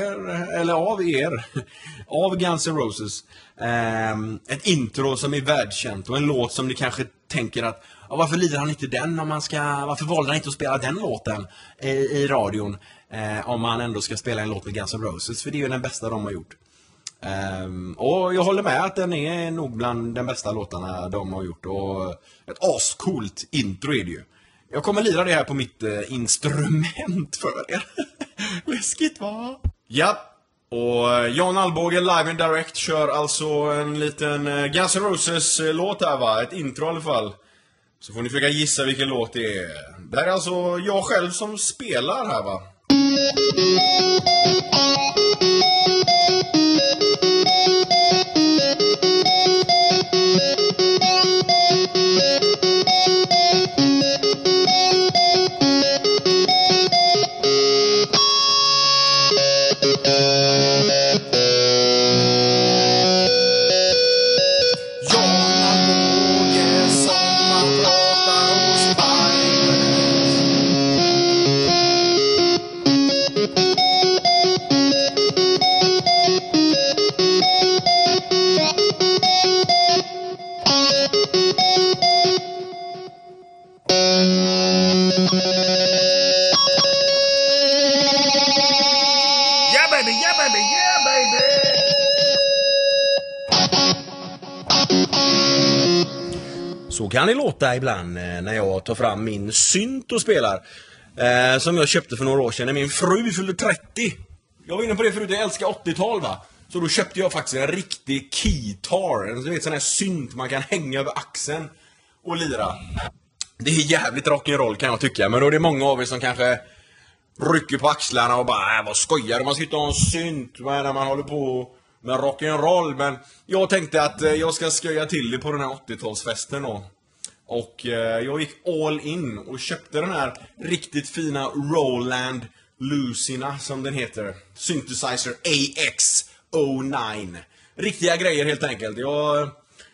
Guns N' Roses. Ett intro som är världskänt, och en låt som ni kanske tänker att varför lirar han inte den varför valde han inte att spela den låten i radion om man ändå ska spela en låt med Guns N' Roses, för det är ju den bästa de har gjort. Och jag håller med att den är nog bland den bästa låtarna de har gjort, och ett ascoolt intro är det ju. Jag kommer lira det här på mitt instrument för er. Läskigt, va? Ja, och Jan Alvbåge live and direct kör alltså en liten Guns N' Roses låt här, va? Ett intro i alla fall. Så får ni försöka gissa vilken låt det är. Det här är alltså jag själv som spelar här, va? Så kan det låta ibland när jag tar fram min synt och spelar. Som jag köpte för några år sedan när min fru fyllde 30. Jag var inne på det förut, jag älskar 80-tal, va. Så då köpte jag faktiskt en riktig keytar. Du vet, sån här synt man kan hänga över axeln och lira. Det är jävligt rock'n'roll kan jag tycka. Men då är det många av er som kanske rycker på axlarna och bara vad skojar du? Man ska inte ha en synt när man håller på med rock'n'roll. Men jag tänkte att jag ska sköja till det på den här 80-talsfesten då. Och jag gick all in och köpte den här riktigt fina Roland Lucina som den heter. Synthesizer AX09. Riktiga grejer helt enkelt. Jag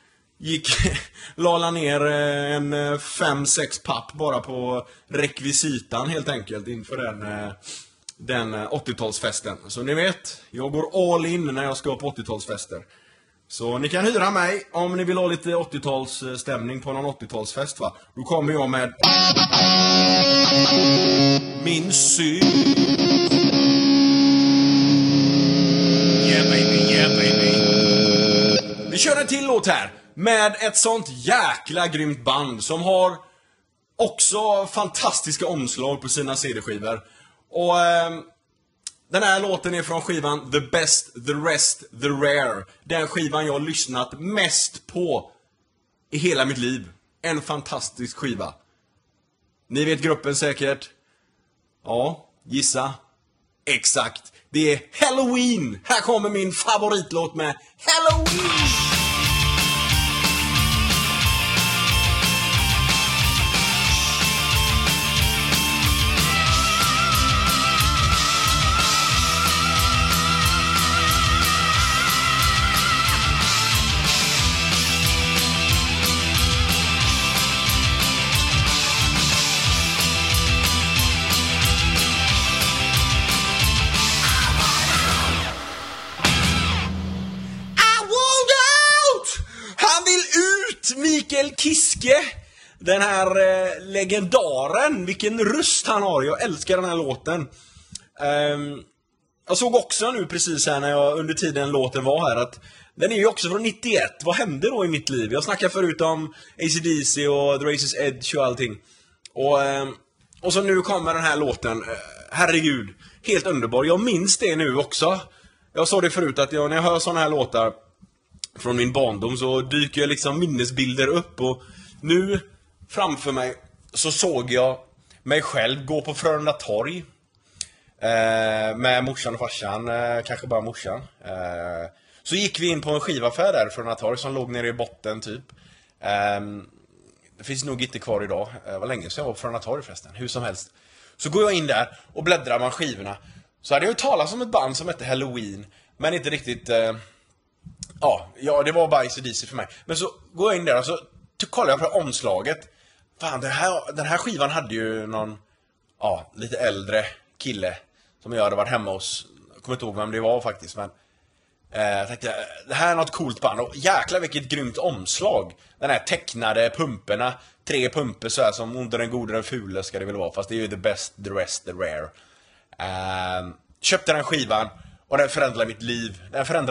lala ner en 5-6 papp bara på rekvisitan helt enkelt inför den 80-talsfesten. Så ni vet, jag går all in när jag ska på 80-talsfester. Så ni kan hyra mig om ni vill ha lite 80-talsstämning på någon 80-talsfest va. Då kommer jag med min syn. Yeah baby, yeah baby. Vi kör en till låt här med ett sånt jäkla grymt band som har också fantastiska omslag på sina CD-skivor. Och den här låten är från skivan The Best, The Rest, The Rare. Den skivan jag har lyssnat mest på i hela mitt liv. En fantastisk skiva. Ni vet gruppen säkert. Ja, gissa. Exakt. Det är Helloween. Här kommer min favoritlåt med Helloween. Mikael Kiske, den här legendaren, vilken röst han har. Jag älskar den här låten. Jag såg också nu precis här när jag under tiden låten var här att den är ju också från 91. Vad hände då i mitt liv? Jag snackade förut om AC/DC och The Razor's Edge och allting. Och så nu kommer den här låten. Herregud, helt underbar. Jag minns det nu också. Jag sa det förut att när jag hör såna här låtar från min barndom så dyker liksom minnesbilder upp. Och nu framför mig så såg jag mig själv gå på Frölunda torg med morsan och farsan, kanske bara morsan. Så gick vi in på en skivaffär där från torg som låg nere i botten typ. Det finns nog inte kvar idag. Det var länge sedan jag var på Frölunda torg förresten. Hur som helst. Så går jag in där och bläddrar man skivorna. Så hade jag ju talat om ett band som hette Helloween. Men inte riktigt... Ja, det var bara AC/DC för mig. Men så går jag in där och så kollar jag på omslaget. Fan, den här skivan hade ju någon lite äldre kille som jag hade varit hemma hos. Jag kommer inte ihåg vem det var faktiskt, men jag tänkte, det här är något coolt band. Och jäklar vilket grymt omslag. Den här tecknade pumperna. 3 pumper så här som under den goda den fula ska det väl vara. Fast det är ju the best, the rest, the rare. Köpte den skivan och den förändrade mitt liv.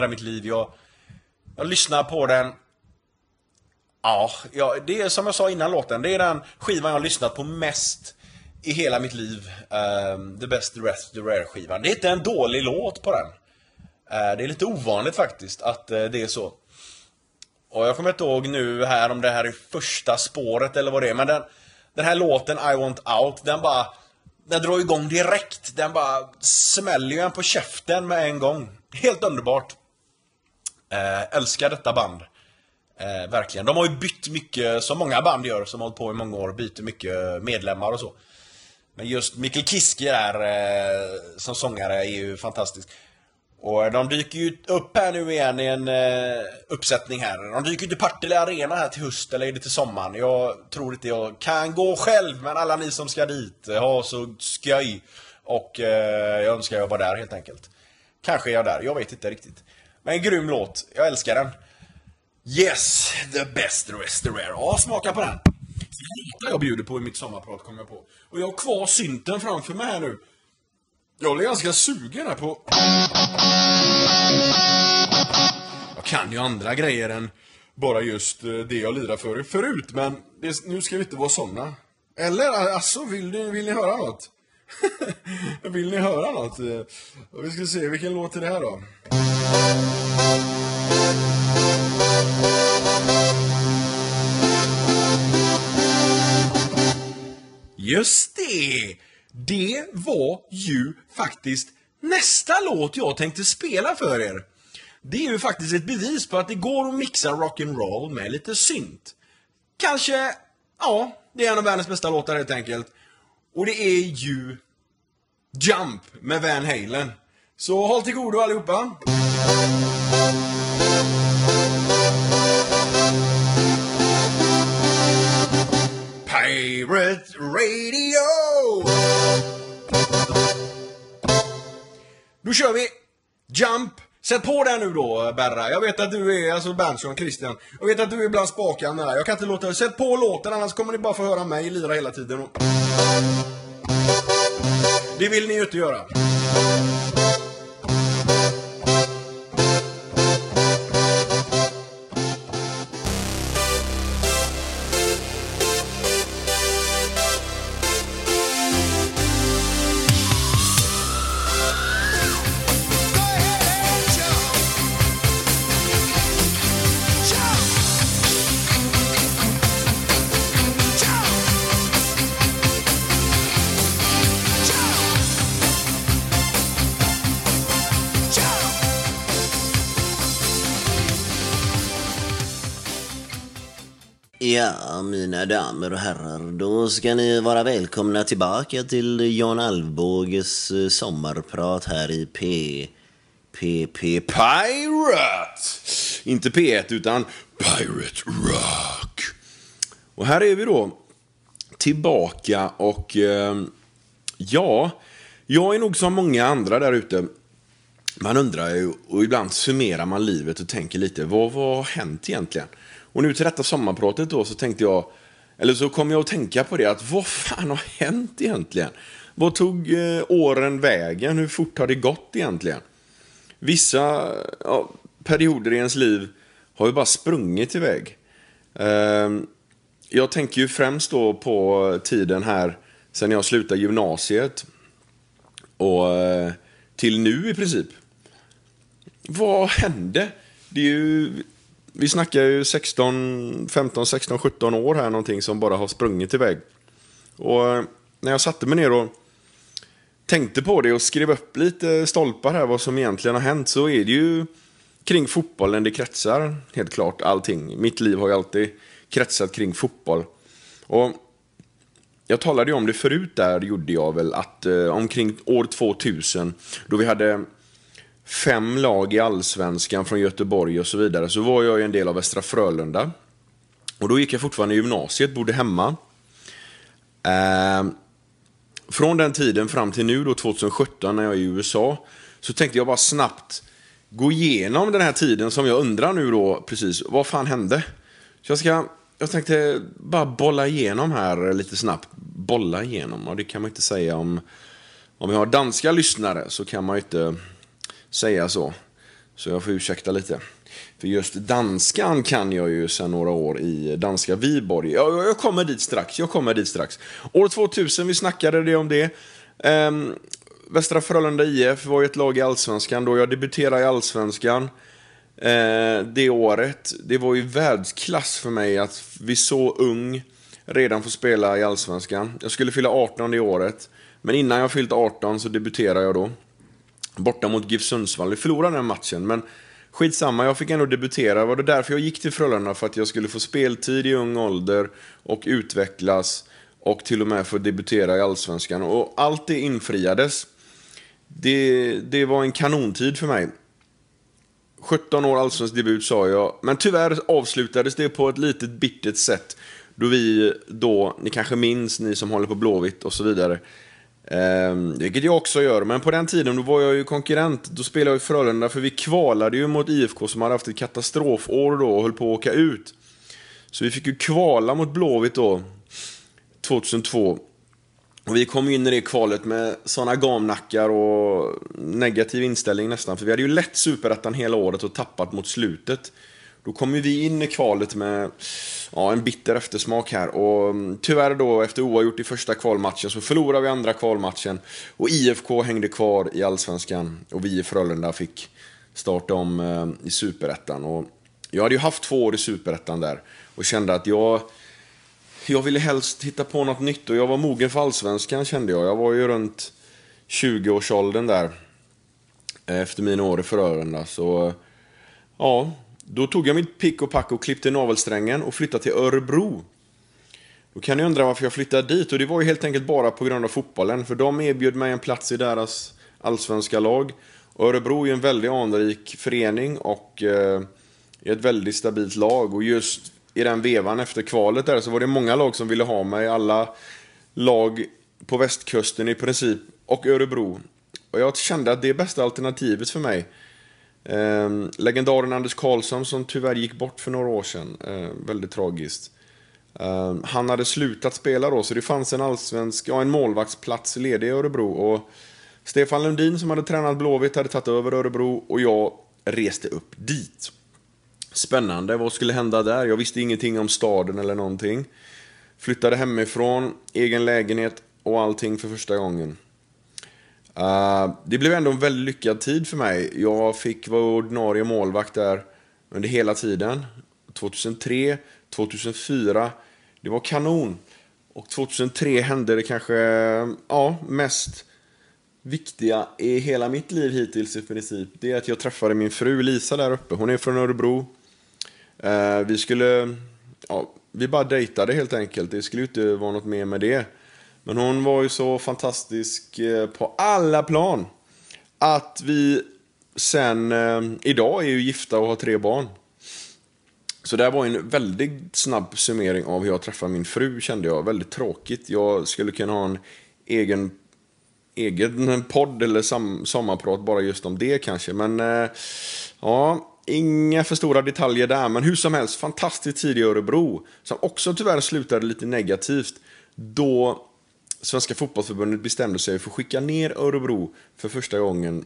Jag lyssnar på den. Ja, det är som jag sa innan låten. Det är den skivan jag har lyssnat på mest i hela mitt liv. The Best, The Rest, The Rare skivan. Det är inte en dålig låt på den. Det är lite ovanligt faktiskt att det är så. Och jag kommer inte ihåg nu här om det här är första spåret eller vad det är. Men den här låten I Want Out, den drar igång direkt. Den bara smäller ju en på käften med en gång. Helt underbart. Älskar detta band. Verkligen. De har ju bytt mycket, som många band gör som har hållit på i många år, byter mycket medlemmar och så. Men just Mikael Kiske där som sångare är ju fantastisk. Och de dyker ju upp här nu igen i en uppsättning här. De dyker ju till Partille Arena här till höst, eller är det till sommaren? Jag tror inte jag kan gå själv, men alla ni som ska dit, ha så skoj. Och jag önskar jag var där helt enkelt. Kanske är jag där, jag vet inte riktigt. Men en grym låt, jag älskar den. Yes, the best, the rest, the rare. Ja, smaka på den. Jag bjuder på i mitt sommarprat, kommer jag på. Och jag har kvar synten framför mig här nu. Jag blir ganska sugen här på... Jag kan ju andra grejer än bara just det jag lirar för förut. Men nu ska vi inte vara såna. Eller, alltså, vill ni höra något? Vill ni höra något? Vi ska se, vilken låt är det här då? Just det! Det var ju faktiskt nästa låt jag tänkte spela för er. Det är ju faktiskt ett bevis på att det går att mixa rock'n'roll med lite synt. Kanske, ja, det är en av världens bästa låtar helt enkelt. Och det är ju Jump med Van Halen. Så håll till godo allihopa. Pirate Radio! Då kör vi Jump. Sätt på den nu då, Berra. Jag vet att du är, alltså Bernsson, Christian. Jag vet att du är bland spakarna där. Jag kan inte låta, sätt på låten, annars kommer ni bara få höra mig lira hela tiden. Det vill ni ju inte göra. Ja, mina damer och herrar, då ska ni vara välkomna tillbaka till Jan Alvbåges sommarprat här i Pirate! Inte P1 utan Pirate Rock. Och här är vi då tillbaka och ja, jag är nog som många andra där ute. Man undrar ju, och ibland summerar man livet och tänker lite, vad har hänt egentligen? Och nu till detta sommarpratet då så tänkte jag, eller så kom jag att tänka på det, att vad fan har hänt egentligen? Vad tog åren vägen? Hur fort har det gått egentligen? Vissa perioder i ens liv har ju bara sprungit iväg. Jag tänker ju främst då på tiden här sen jag slutade gymnasiet och till nu i princip. Vad hände? Det är ju... Vi snackar ju 15, 16, 17 år här någonting som bara har sprungit iväg. Och när jag satte mig ner och tänkte på det och skrev upp lite stolpar här vad som egentligen har hänt, så är det ju kring fotbollen det kretsar helt klart allting. Mitt liv har ju alltid kretsat kring fotboll. Och jag talade ju om det förut där, gjorde jag väl, att omkring år 2000 då vi hade 5 lag i Allsvenskan från Göteborg och så vidare, så var jag en del av Västra Frölunda. Och då gick jag fortfarande i gymnasiet, bodde hemma. Från den tiden fram till nu då 2017 när jag är i USA, så tänkte jag bara snabbt gå igenom den här tiden som jag undrar nu då precis, vad fan hände? Så jag tänkte bara bolla igenom här lite snabbt. Bolla igenom, och det kan man inte säga om vi har danska lyssnare, så kan man ju inte säga så. Så jag får ursäkta lite. För just danskan kan jag ju sedan några år i danska Viborg. Jag kommer dit strax. År 2000, vi snackade det om det. Västra Frölunda IF var ju ett lag i Allsvenskan då jag debuterade i Allsvenskan. Det året, det var ju världsklass för mig att vi så ung redan får spela i Allsvenskan. Jag skulle fylla 18 det året, men innan jag fyllt 18 så debuterade jag då borta mot GIF Sundsvall. Vi förlorade den matchen, men skitsamma, jag fick ändå debutera. Var det därför jag gick till Frölunda, för att jag skulle få speltid i ung ålder och utvecklas och till och med få debutera i Allsvenskan. Och allt det infriades. Det var en kanontid för mig. 17 år allsvensk debut sa jag, men tyvärr avslutades det på ett litet bittert sätt då vi då, ni kanske minns, ni som håller på Blåvitt och så vidare, vilket jag också gör, men på den tiden då var jag ju konkurrent, då spelade jag i Frölunda, för vi kvalade ju mot IFK som hade haft ett katastrofår då och höll på att åka ut, så vi fick ju kvala mot Blåvitt då 2002. Och vi kom in i det kvalet med såna gamnackar och negativ inställning nästan, för vi hade ju lätt superettan hela året och tappat mot slutet. Då kom vi in i kvalet med en bitter eftersmak här. Och tyvärr då, efter oavgjort i första kvalmatchen, så förlorade vi andra kvalmatchen. Och IFK hängde kvar i Allsvenskan. Och vi i Frölunda fick starta om i Superettan. Och jag hade ju haft 2 år i Superettan där och kände att jag ville helst hitta på något nytt, och jag var mogen för allsvenskan, kände jag. Jag var ju runt 20-årsåldern där efter mina år i Frölunda. Så ja, då tog jag mitt pick och pack och klippte navelsträngen och flyttade till Örebro. Då kan ni undra varför jag flyttade dit, och det var ju helt enkelt bara på grund av fotbollen, för de erbjöd mig en plats i deras allsvenska lag. Och Örebro är ju en väldigt anrik förening och ett väldigt stabilt lag, och just i den vevan efter kvalet där så var det många lag som ville ha mig. Alla lag på västkusten i princip, och Örebro. Och jag kände att det är bästa alternativet för mig. Legendaren Anders Karlsson, som tyvärr gick bort för några år sedan, väldigt tragiskt. Han hade slutat spela då, så det fanns en målvaktsplats ledig i Örebro. Och Stefan Lundin, som hade tränat Blåvitt, hade tagit över Örebro, och jag reste upp dit. Spännande, vad skulle hända där? Jag visste ingenting om staden eller någonting. Flyttade hemifrån, egen lägenhet och allting för första gången. Det blev ändå en väldigt lyckad tid för mig. Jag fick vara ordinarie målvakt där under hela tiden. 2003, 2004, det var kanon. Och 2003 hände det kanske mest viktiga i hela mitt liv hittills i princip. Det är att jag träffade min fru Lisa där uppe. Hon är från Örebro. Vi bara dejtade helt enkelt. Det skulle ju inte vara något mer med det. Men hon var ju så fantastisk på alla plan att vi sen idag är ju gifta och har 3 barn. Så det var en väldigt snabb summering av hur jag träffade min fru, kände jag. Väldigt tråkigt. Jag skulle kunna ha en egen podd eller sommarprat bara just om det kanske. Men inga för stora detaljer där. Men hur som helst, fantastiskt tid i Örebro, som också tyvärr slutade lite negativt då Svenska fotbollsförbundet bestämde sig för att skicka ner Örebro för första gången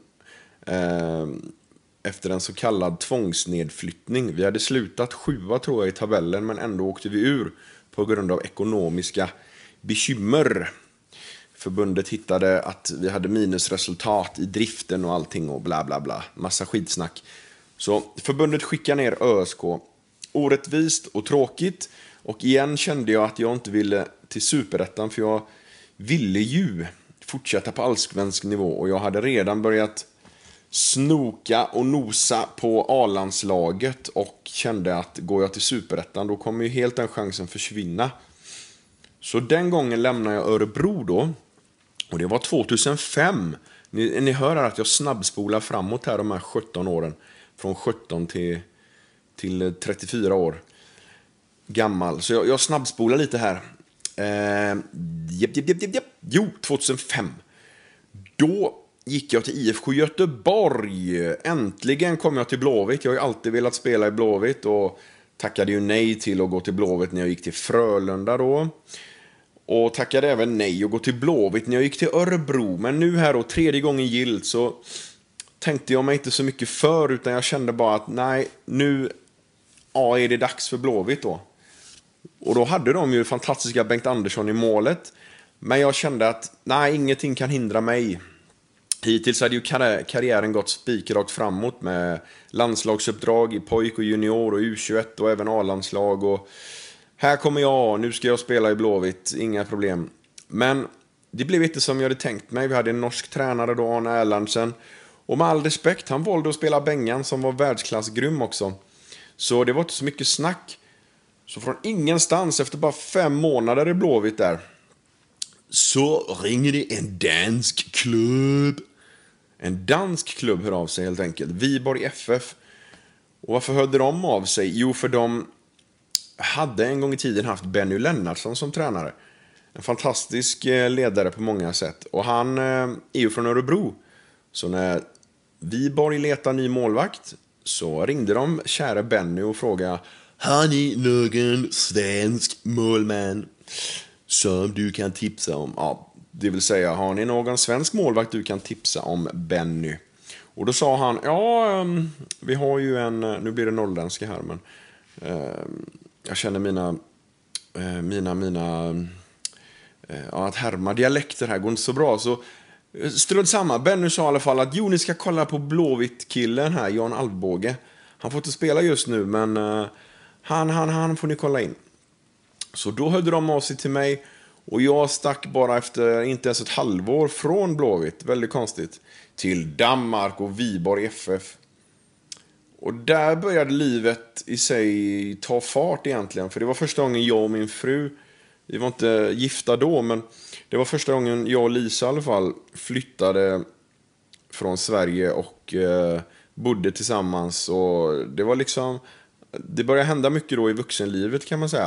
efter en så kallad tvångsnedflyttning. Vi hade slutat 7 tror jag i tabellen, men ändå åkte vi ur på grund av ekonomiska bekymmer. Förbundet hittade att vi hade minusresultat i driften och allting och bla bla bla. Massa skitsnack. Så förbundet skickade ner ÖSK. Orättvist och tråkigt. Och igen kände jag att jag inte ville till Superettan, för jag ville ju fortsätta på allsvensk nivå. Och jag hade redan börjat snoka och nosa på A-landslaget och kände att går jag till Superettan då kommer ju helt den chansen försvinna. Så den gången lämnade jag Örebro då. Och det var 2005. Ni hör att jag snabbspolar framåt här de här 17 åren. Från 17 till 34 år gammal. Så jag snabbspolar lite här. Jo, 2005. Då gick jag till IFK Göteborg. Äntligen kom jag till Blåvitt. Jag har ju alltid velat spela i Blåvitt och tackade ju nej till att gå till Blåvitt när jag gick till Frölunda då. Och tackade även nej att gå till Blåvitt när jag gick till Örebro. Men nu här då, 3:e gången gillt, så tänkte jag mig inte så mycket för, utan jag kände bara att nej, nu är det dags för Blåvitt då. Och då hade de ju fantastiska Bengt Andersson i målet. Men jag kände att nej, ingenting kan hindra mig. Hittills hade ju karriären gått spikrakt framåt med landslagsuppdrag i pojk och junior och U21 och även A-landslag. Och här kommer jag, nu ska jag spela i Blåvitt, inga problem. Men det blev inte som jag hade tänkt mig. Vi hade en norsk tränare då, Arne Erlandsen. Och med all respekt, han valde att spela Bengan som var världsklassgrym också. Så det var inte så mycket snack. Så från ingenstans, efter bara 5 månader i Blåvitt där, så ringer det en dansk klubb. En dansk klubb hör av sig helt enkelt. Viborg FF. Och varför hörde de av sig? Jo, för de hade en gång i tiden haft Benny Lennartsson som tränare. En fantastisk ledare på många sätt. Och han är ju från Örebro. Så när Viborg letar ny målvakt så ringde de kära Benny och frågade: har ni någon svensk målman som du kan tipsa om? Ja, det vill säga, har ni någon svensk målvakt du kan tipsa om Benny? Och då sa han, vi har ju en, nu blir det norrländska här, men jag känner att härma dialekter här går inte så bra. Så Strunt samma. Benny sa i alla fall att ni ska kolla på Blåvitt-killen här, Jan Alvbåge. Han får inte spela just nu, men han får ni kolla in. Så då hörde de av sig till mig och jag stack bara efter inte ens ett halvår från Blåvitt, väldigt konstigt, till Danmark och Viborg FF. Och där började livet i sig ta fart egentligen, för det var första gången jag och min fru, vi var inte gifta då, men det var första gången jag och Lisa i alla fall flyttade från Sverige och bodde tillsammans. Och det var liksom, det började hända mycket då i vuxenlivet kan man säga.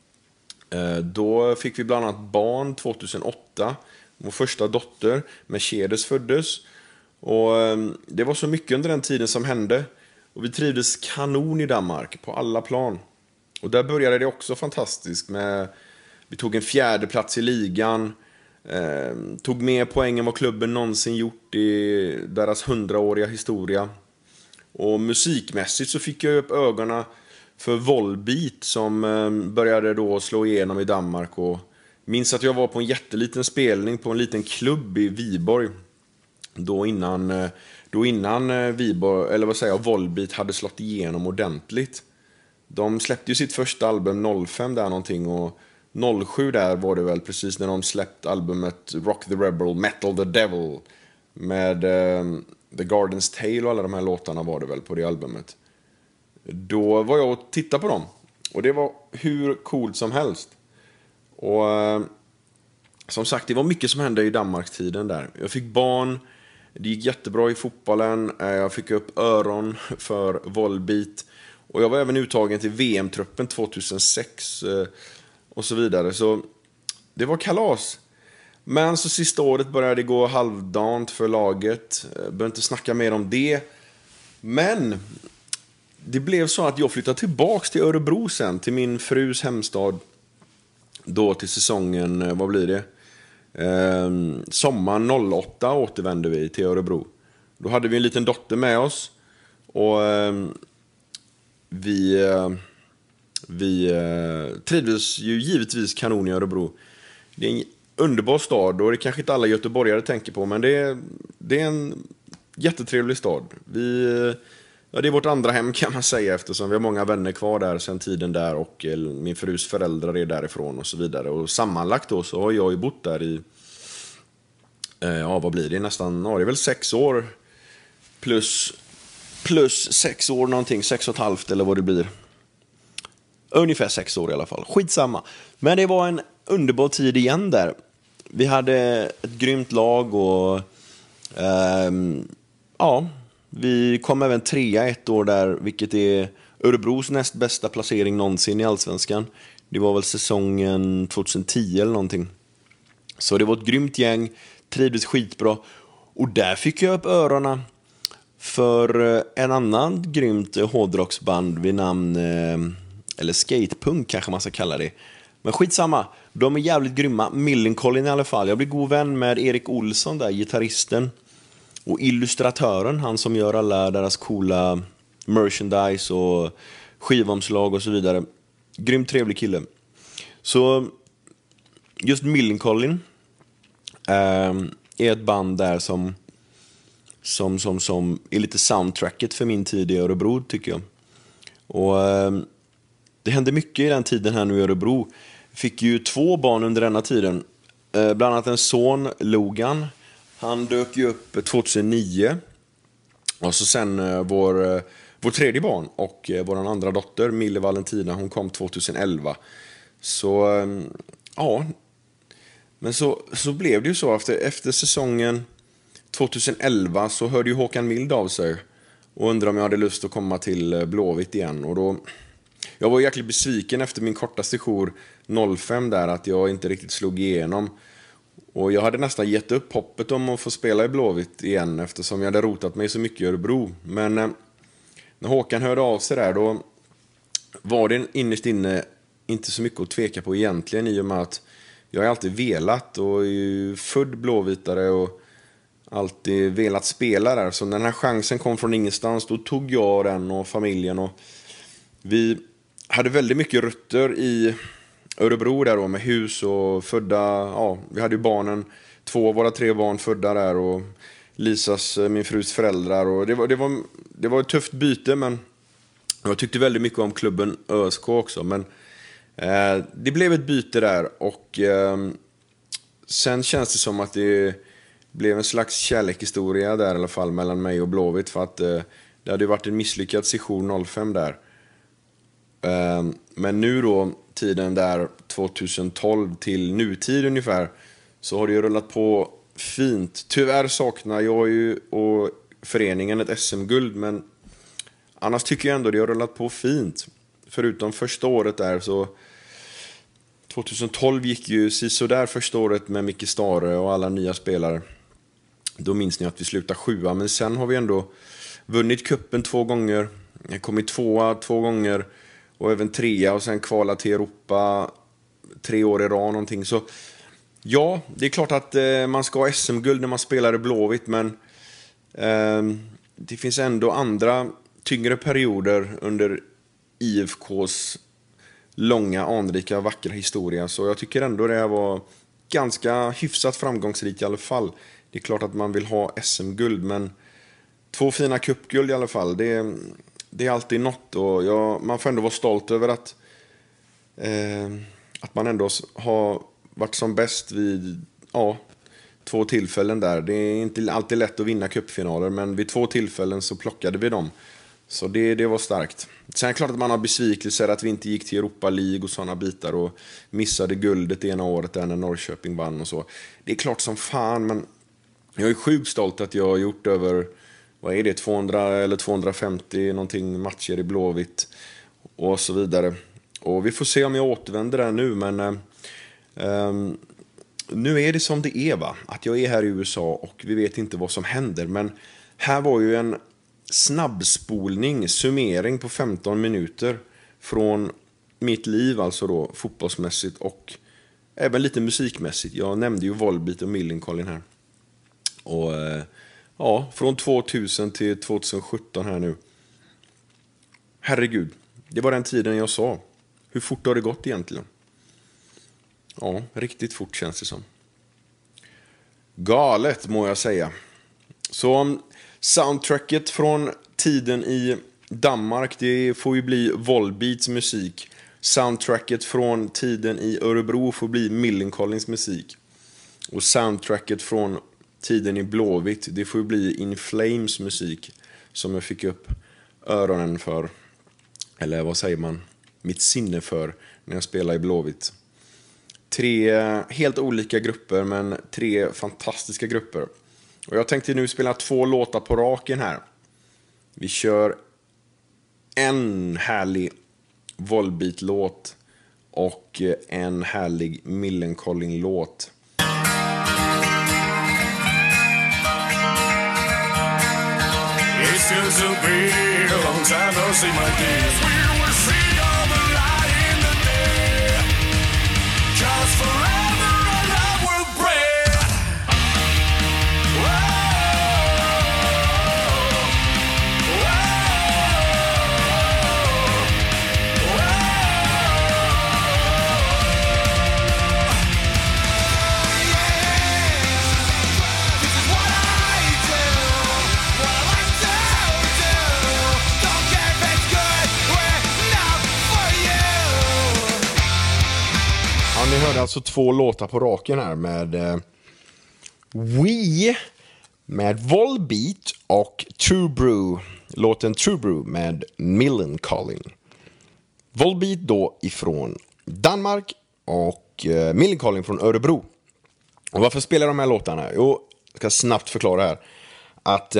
Då fick vi bland annat barn 2008. Vår första dotter, Mercedes, föddes. Och det var så mycket under den tiden som hände. Och vi trivdes kanon i Danmark på alla plan. Och där började det också fantastiskt med, vi tog en 4:e plats i ligan. Tog mer poäng än vad klubben någonsin gjort i deras 100-åriga historia. Och musikmässigt så fick jag upp ögonen för Volbeat som började då slå igenom i Danmark. Och minns att jag var på en jätteliten spelning på en liten klubb i Viborg. Då innan Viborg, eller vad säger jag, Volbeat hade slått igenom ordentligt. De släppte ju sitt första album 05 där någonting, och 07 där var det väl precis när de släppte albumet Rock the Rebel, Metal the Devil med The Garden's Tale och alla de här låtarna var det väl på det albumet. Då var jag och tittade på dem och det var hur coolt som helst. Och som sagt, det var mycket som hände i Danmarkstiden där. Jag fick barn, det gick jättebra i fotbollen, jag fick upp öron för Volbeat och jag var även uttagen till VM-truppen 2006 och så vidare. Så det var kalas. Men så sista året började det gå halvdant för laget. Behöver inte snacka mer om det. Men det blev så att jag flyttade tillbaks till Örebro sen, till min frus hemstad. Då till säsongen, vad blir det? Sommaren 08 återvände vi till Örebro. Då hade vi en liten dotter med oss. Och vi trivdes ju givetvis kanon i Örebro. Det är en underbar stad och det kanske inte alla göteborgare tänker på, men det är en jättetrevlig stad. Det är vårt andra hem kan man säga, eftersom vi har många vänner kvar där sedan tiden där och min frus föräldrar är därifrån och så vidare. Och sammanlagt då så har jag ju bott där i vad blir det, nästan, det är väl 6 år plus 6 år någonting, 6,5 eller vad det blir. Ungefär 6 år i alla fall. Skitsamma. Men det var en underbar tid igen där. Vi hade ett grymt lag och vi kom även 3 ett år där, vilket är Örebros näst bästa placering någonsin i Allsvenskan. Det var väl säsongen 2010 eller någonting. Så det var ett grymt gäng, trivdes skitbra. Och där fick jag upp öronen för en annan grymt hårdrocksband vid namn, eller skatepunk kanske man ska kalla det. Men skitsamma, de är jävligt grymma. Millencolin i alla fall. Jag blir god vän med Erik Olsson där, gitarristen. Och illustratören, han som gör alla deras coola merchandise och skivomslag och så vidare. Grymt trevlig kille. Så just Millencolin är ett band där som är lite soundtracket för min tid i Örebro, tycker jag. Och det hände mycket i den tiden här nu i Örebro. Fick ju 2 barn under denna tiden. Bland annat en son, Logan. Han dök ju upp 2009. Och så sen vår tredje barn och vår andra dotter, Mille Valentina, hon kom 2011. Så ja. Men så blev det ju så efter säsongen 2011 så hörde ju Håkan Mild av sig och undrade om jag hade lust att komma till Blåvitt igen. Och då, jag var jäkligt besviken efter min korta sejour 05 där, att jag inte riktigt slog igenom. Och jag hade nästan gett upp hoppet om att få spela i Blåvitt igen, eftersom jag hade rotat mig så mycket i Örebro. Men när Håkan hörde av sig där, då var det innerst inne inte så mycket att tveka på egentligen, i och med att jag har alltid velat och är ju född blåvitare och alltid velat spela där. Så när den här chansen kom från ingenstans, då tog jag den och familjen. Och vi hade väldigt mycket rötter i Örebro där då, med hus och födda. Ja, vi hade ju barnen 2 av våra 3 barn födda där och Lisas, min frus föräldrar. Och det var ett tufft byte, men jag tyckte väldigt mycket om klubben ÖSK också. Men det blev ett byte där och sen känns det som att det blev en slags kärlekshistoria där i alla fall mellan mig och Blåvitt, för att det hade varit en misslyckad session 05 där. Men nu då, tiden där 2012 till nutid ungefär, så har det ju rullat på fint. Tyvärr saknar jag ju och föreningen ett SM-guld, men annars tycker jag ändå det har rullat på fint. Förutom första året där, så 2012 gick ju där första året med Micke Stare och alla nya spelare. Då minns ni att vi slutade 7, men sen har vi ändå vunnit kuppen 2 gånger, kommit 2 gånger och även 3 och sen kvala till Europa 3 år i rad någonting. Så ja, det är klart att man ska ha SM-guld när man spelar i Blåvitt, men det finns ändå andra tyngre perioder under IFKs långa, anrika, vackra historia. Så jag tycker ändå det här var ganska hyfsat framgångsrikt i alla fall. Det är klart att man vill ha SM-guld, men 2 fina cupguld i alla fall, det är alltid något. Och man får ändå vara stolt över att man ändå har varit som bäst vid 2 tillfällen där. Det är inte alltid lätt att vinna cupfinaler, men vid 2 tillfällen så plockade vi dem. Så det var starkt. Sen är det klart att man har besvikelser att vi inte gick till Europa League och sådana bitar och missade guldet ena året där när Norrköping vann och så. Det är klart som fan, men jag är sjukt stolt att jag har gjort över, vad är det, 200 eller 250 någonting matcher i Blåvitt och så vidare. Och vi får se om jag återvänder där nu, men nu är det som det är, va? Att jag är här i USA och vi vet inte vad som händer. Men här var ju en snabbspolning, summering på 15 minuter från mitt liv, alltså då fotbollsmässigt och även lite musikmässigt. Jag nämnde ju Volbeat och Millencolin här. Och från 2000 till 2017 här nu. Herregud, det var den tiden jag sa. Hur fort har det gått egentligen? Ja, riktigt fort känns det som. Galet må jag säga. Så soundtracket från tiden i Danmark, det får ju bli Volbeats musik. Soundtracket från tiden i Örebro får bli Millencolins musik. Och soundtracket från tiden i Blåvitt, det får bli In Flames musik, som jag fick upp öronen för, eller vad säger man, mitt sinne för, när jag spelade i Blåvitt. 3 helt olika grupper, men 3 fantastiska grupper. Och jag tänkte nu spela 2 låtar på raken här. Vi kör en härlig Volbeat-låt och en härlig Millencolin-låt. It's just a big long time no see my dear. We will see all the light in the day. 'Cause forever our love will break. Whoa, whoa, whoa. This is what I do. What I like to do. Don't care if it's good. We're not for you. Ja, ni hörde alltså 2 låtar på raken här med med Volbeat och True Brew. Låten True Brew med Millencolin. Volbeat då ifrån Danmark och Millencolin från Örebro. Och varför spelar de här låtarna? Jo, jag ska snabbt förklara här. Att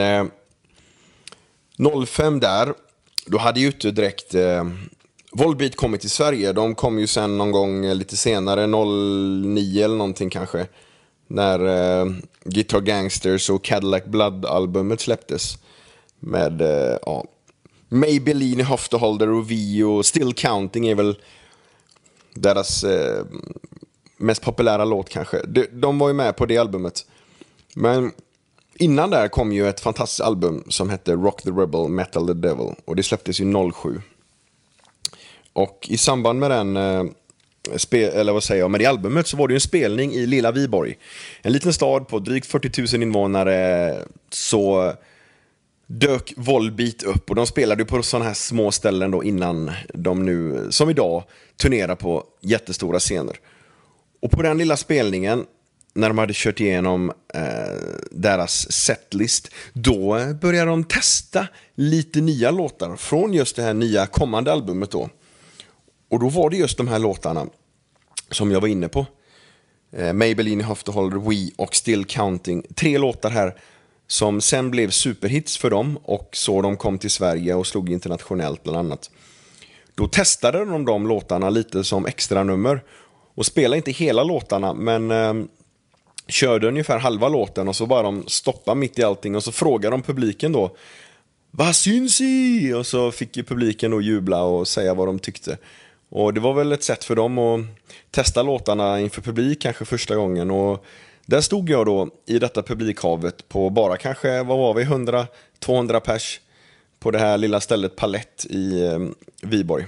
05 där, då hade ju inte direkt Volbeat kommit till Sverige. De kom ju sen någon gång lite senare, 09 eller någonting kanske, när Guitar Gangsters och Cadillac Blood-albumet släpptes. Med Maybelline, Hofteholder och Vi och Still Counting är väl deras mest populära låt kanske. De var ju med på det albumet. Men innan där kom ju ett fantastiskt album som hette Rock the Rebel, Metal the Devil. Och det släpptes ju 07. Och i samband med den men i albumet så var det ju en spelning i Lilla Viborg. En liten stad på drygt 40 000 invånare, så dök Volbeat upp, och de spelade ju på sådana här små ställen då innan de nu, som idag, turnerar på jättestora scener. Och på den lilla spelningen, när de hade kört igenom deras setlist, då började de testa lite nya låtar från just det här nya kommande albumet då. Och då var det just de här låtarna som jag var inne på. Maybelline, Have to Hold We och Still Counting. 3 låtar här som sen blev superhits för dem, och så de kom till Sverige och slog internationellt bland annat. Då testade de låtarna lite som extra nummer och spelade inte hela låtarna, men körde ungefär halva låten, och så bara de stoppade mitt i allting, och så frågade de publiken då: vad syns i? Och så fick ju publiken då jubla och säga vad de tyckte. Och det var väl ett sätt för dem att testa låtarna inför publik kanske första gången. Och där stod jag då i detta publikhavet på bara kanske, vad var vi, 100-200 pers på det här lilla stället Palett i Viborg.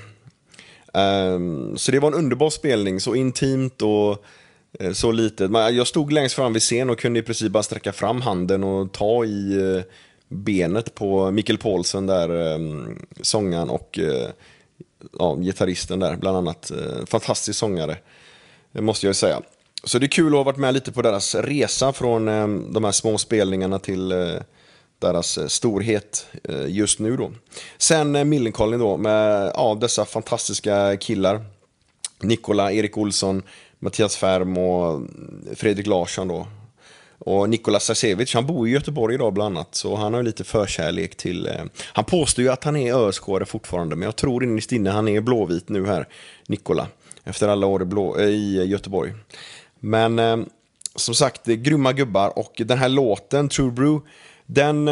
Så det var en underbar spelning, så intimt och så litet. Jag stod längst fram vid scen och kunde i princip bara sträcka fram handen och ta i benet på Mikkel Paulsen där, sångaren och gitarristen där bland annat. Fantastisk sångare, måste jag säga. Så det är kul att ha varit med lite på deras resa från de här små spelningarna till deras storhet just nu då. Sen Millencolin då med dessa fantastiska killar: Nikola, Erik Olsson, Mattias Färm och Fredrik Larsson då. Och Nikola Sasevic, han bor i Göteborg idag bland annat, så han har ju lite förkärlek till... han påstår ju att han är ÖSK fortfarande, men jag tror innerst inne han är blåvit nu här, Nikola, efter alla år i Göteborg. Men som sagt, det är grymma gubbar, och den här låten, True Brew, den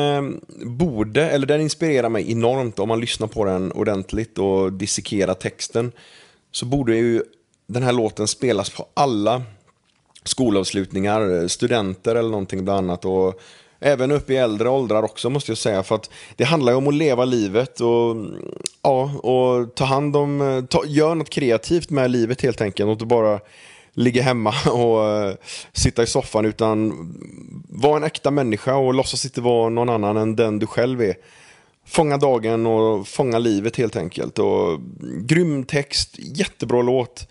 inspirerar mig enormt. Om man lyssnar på den ordentligt och dissekerar texten, så borde ju den här låten spelas på alla skolavslutningar, studenter eller någonting bland annat, och även upp i äldre åldrar också, måste jag säga, för att det handlar ju om att leva livet och ta hand om, gör något kreativt med livet helt enkelt, och inte bara ligga hemma och sitta i soffan, utan vara en äkta människa och låtsas inte vara någon annan än den du själv är. Fånga dagen och fånga livet helt enkelt. Och grym text, jättebra låt.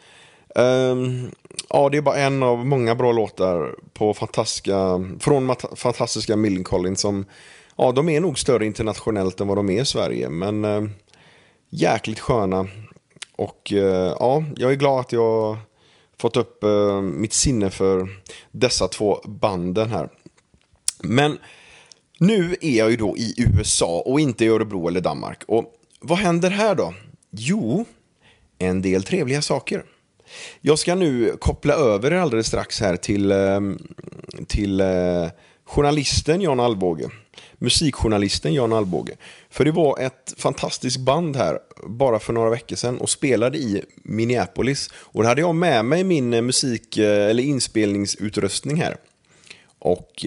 Det är bara en av många bra låtar på fantastiska Millencolin, som de är nog större internationellt än vad de är i Sverige, men jäkligt sköna. Och jag är glad att jag fått upp mitt sinne för dessa 2 banden här. Men nu är jag ju då i USA och inte i Örebro eller Danmark. Och vad händer här då? Jo, en del trevliga saker. Jag ska nu koppla över alldeles strax här till journalisten Jan Alvbåge. Musikjournalisten Jan Alvbåge. För det var ett fantastiskt band här bara för några veckor sedan och spelade i Minneapolis. Och då hade jag med mig min eller inspelningsutrustning här. Och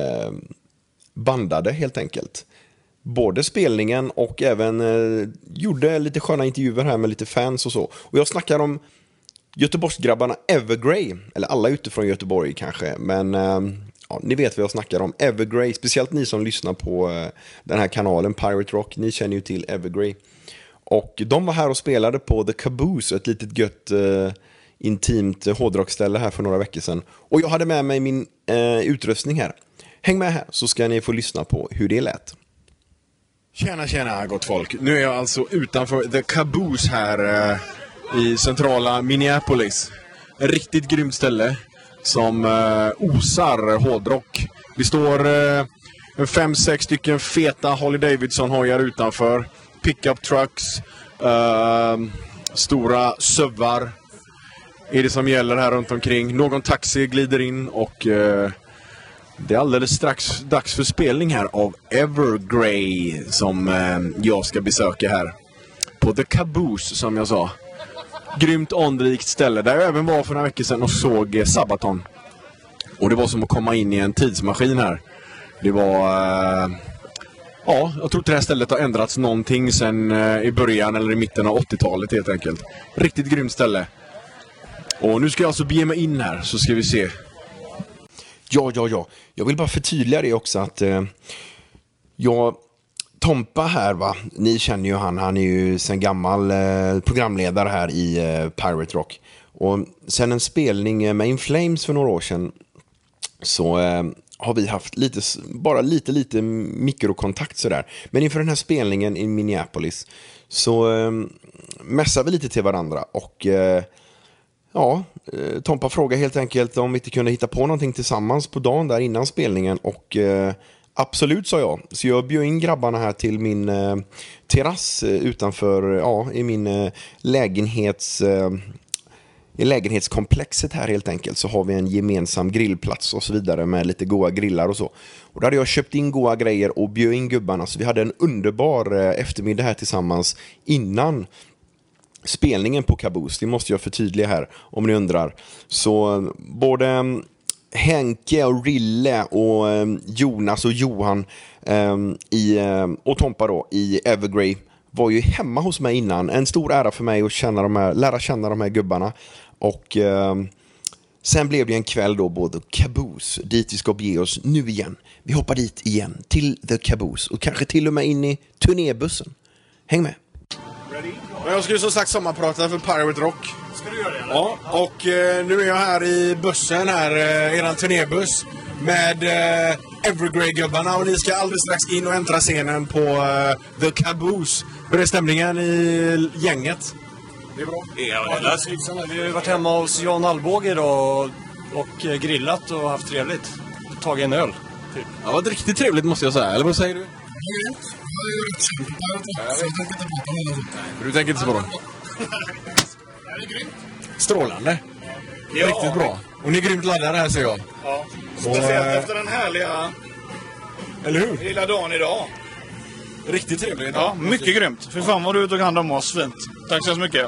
bandade helt enkelt både spelningen och även gjorde lite sköna intervjuer här med lite fans och så. Och jag snackar om Göteborgsgrabbarna Evergrey, eller alla utifrån Göteborg kanske, men ni vet vad jag snackar om. Evergrey, speciellt ni som lyssnar på den här kanalen Pirate Rock, ni känner ju till Evergrey. Och de var här och spelade på The Caboose, ett litet gött intimt hårdrockställe här för några veckor sedan. Och jag hade med mig min utrustning här. Häng med här så ska ni få lyssna på hur det lät. Tjena gott folk. Nu är jag alltså utanför The Caboose här i centrala Minneapolis. En riktigt grymt ställe som osar hårdrock. Vi står 5-6 stycken feta Harley Davidson-hojar utanför. Pickup trucks, stora suvar är det som gäller här runt omkring. Någon taxi glider in och det är alldeles strax dags för spelning här av Evergrey som jag ska besöka här på The Caboose, som jag sa. Grymt anrikt ställe där jag även var för några veckor sedan och såg Sabaton. Och det var som att komma in i en tidsmaskin här. Det var... jag tror inte det här stället har ändrats någonting sedan i början eller i mitten av 80-talet helt enkelt. Riktigt grymt ställe. Och nu ska jag alltså bege mig in här, så ska vi se. Ja. Jag vill bara förtydliga det också att Tompa här, va? Ni känner ju han är ju sen gammal programledare här i Pirate Rock. Och sen en spelning med In Flames för några år sedan så har vi haft lite mikrokontakt sådär. Men inför den här spelningen i Minneapolis så mässade vi lite till varandra och Tompa frågade helt enkelt om vi inte kunde hitta på någonting tillsammans på dagen där innan spelningen och absolut, sa jag. Så jag bjöd in grabbarna här till min terrass utanför, i min i lägenhetskomplexet här helt enkelt, så har vi en gemensam grillplats och så vidare med lite goda grillar och så. Och där hade jag köpt in goda grejer och bjöd in gubbarna, så vi hade en underbar eftermiddag här tillsammans innan spelningen på Caboose. Det måste jag förtydliga här om ni undrar. Så både Henke och Rille och Jonas och Johan och Tompa då i Evergrey var ju hemma hos mig innan. En stor ära för mig att lära känna de här gubbarna. Och sen blev det en kväll då både Caboose, dit vi ska bege oss nu igen. Vi hoppar dit igen till The Caboose och kanske till och med in i turnébussen. Häng med! Jag ska ju som sagt sommarprata för Pirate Rock. Ska du göra det? Ja, och nu är jag här i bussen här, eran turnébuss med Evergrey-gubbarna och ni ska alldeles strax in och äntra scenen på The Caboose. Hur är stämningen i gänget? Det är bra. Ja, vi har varit hemma hos Jan Alvbåge idag och grillat och haft trevligt. Tagit en öl, typ. Ja, det var riktigt trevligt måste jag säga, eller vad säger du? Du tänker inte så på dem? Strålande. Ja. Riktigt bra. Och ni är grymt laddade här, ser jag. Ja. Speciellt efter den härliga eller hur? lilla dagen idag. Riktigt trevligt. Ja, mycket grymt. För fan vad du tog hand om oss, fint. Tack så mycket.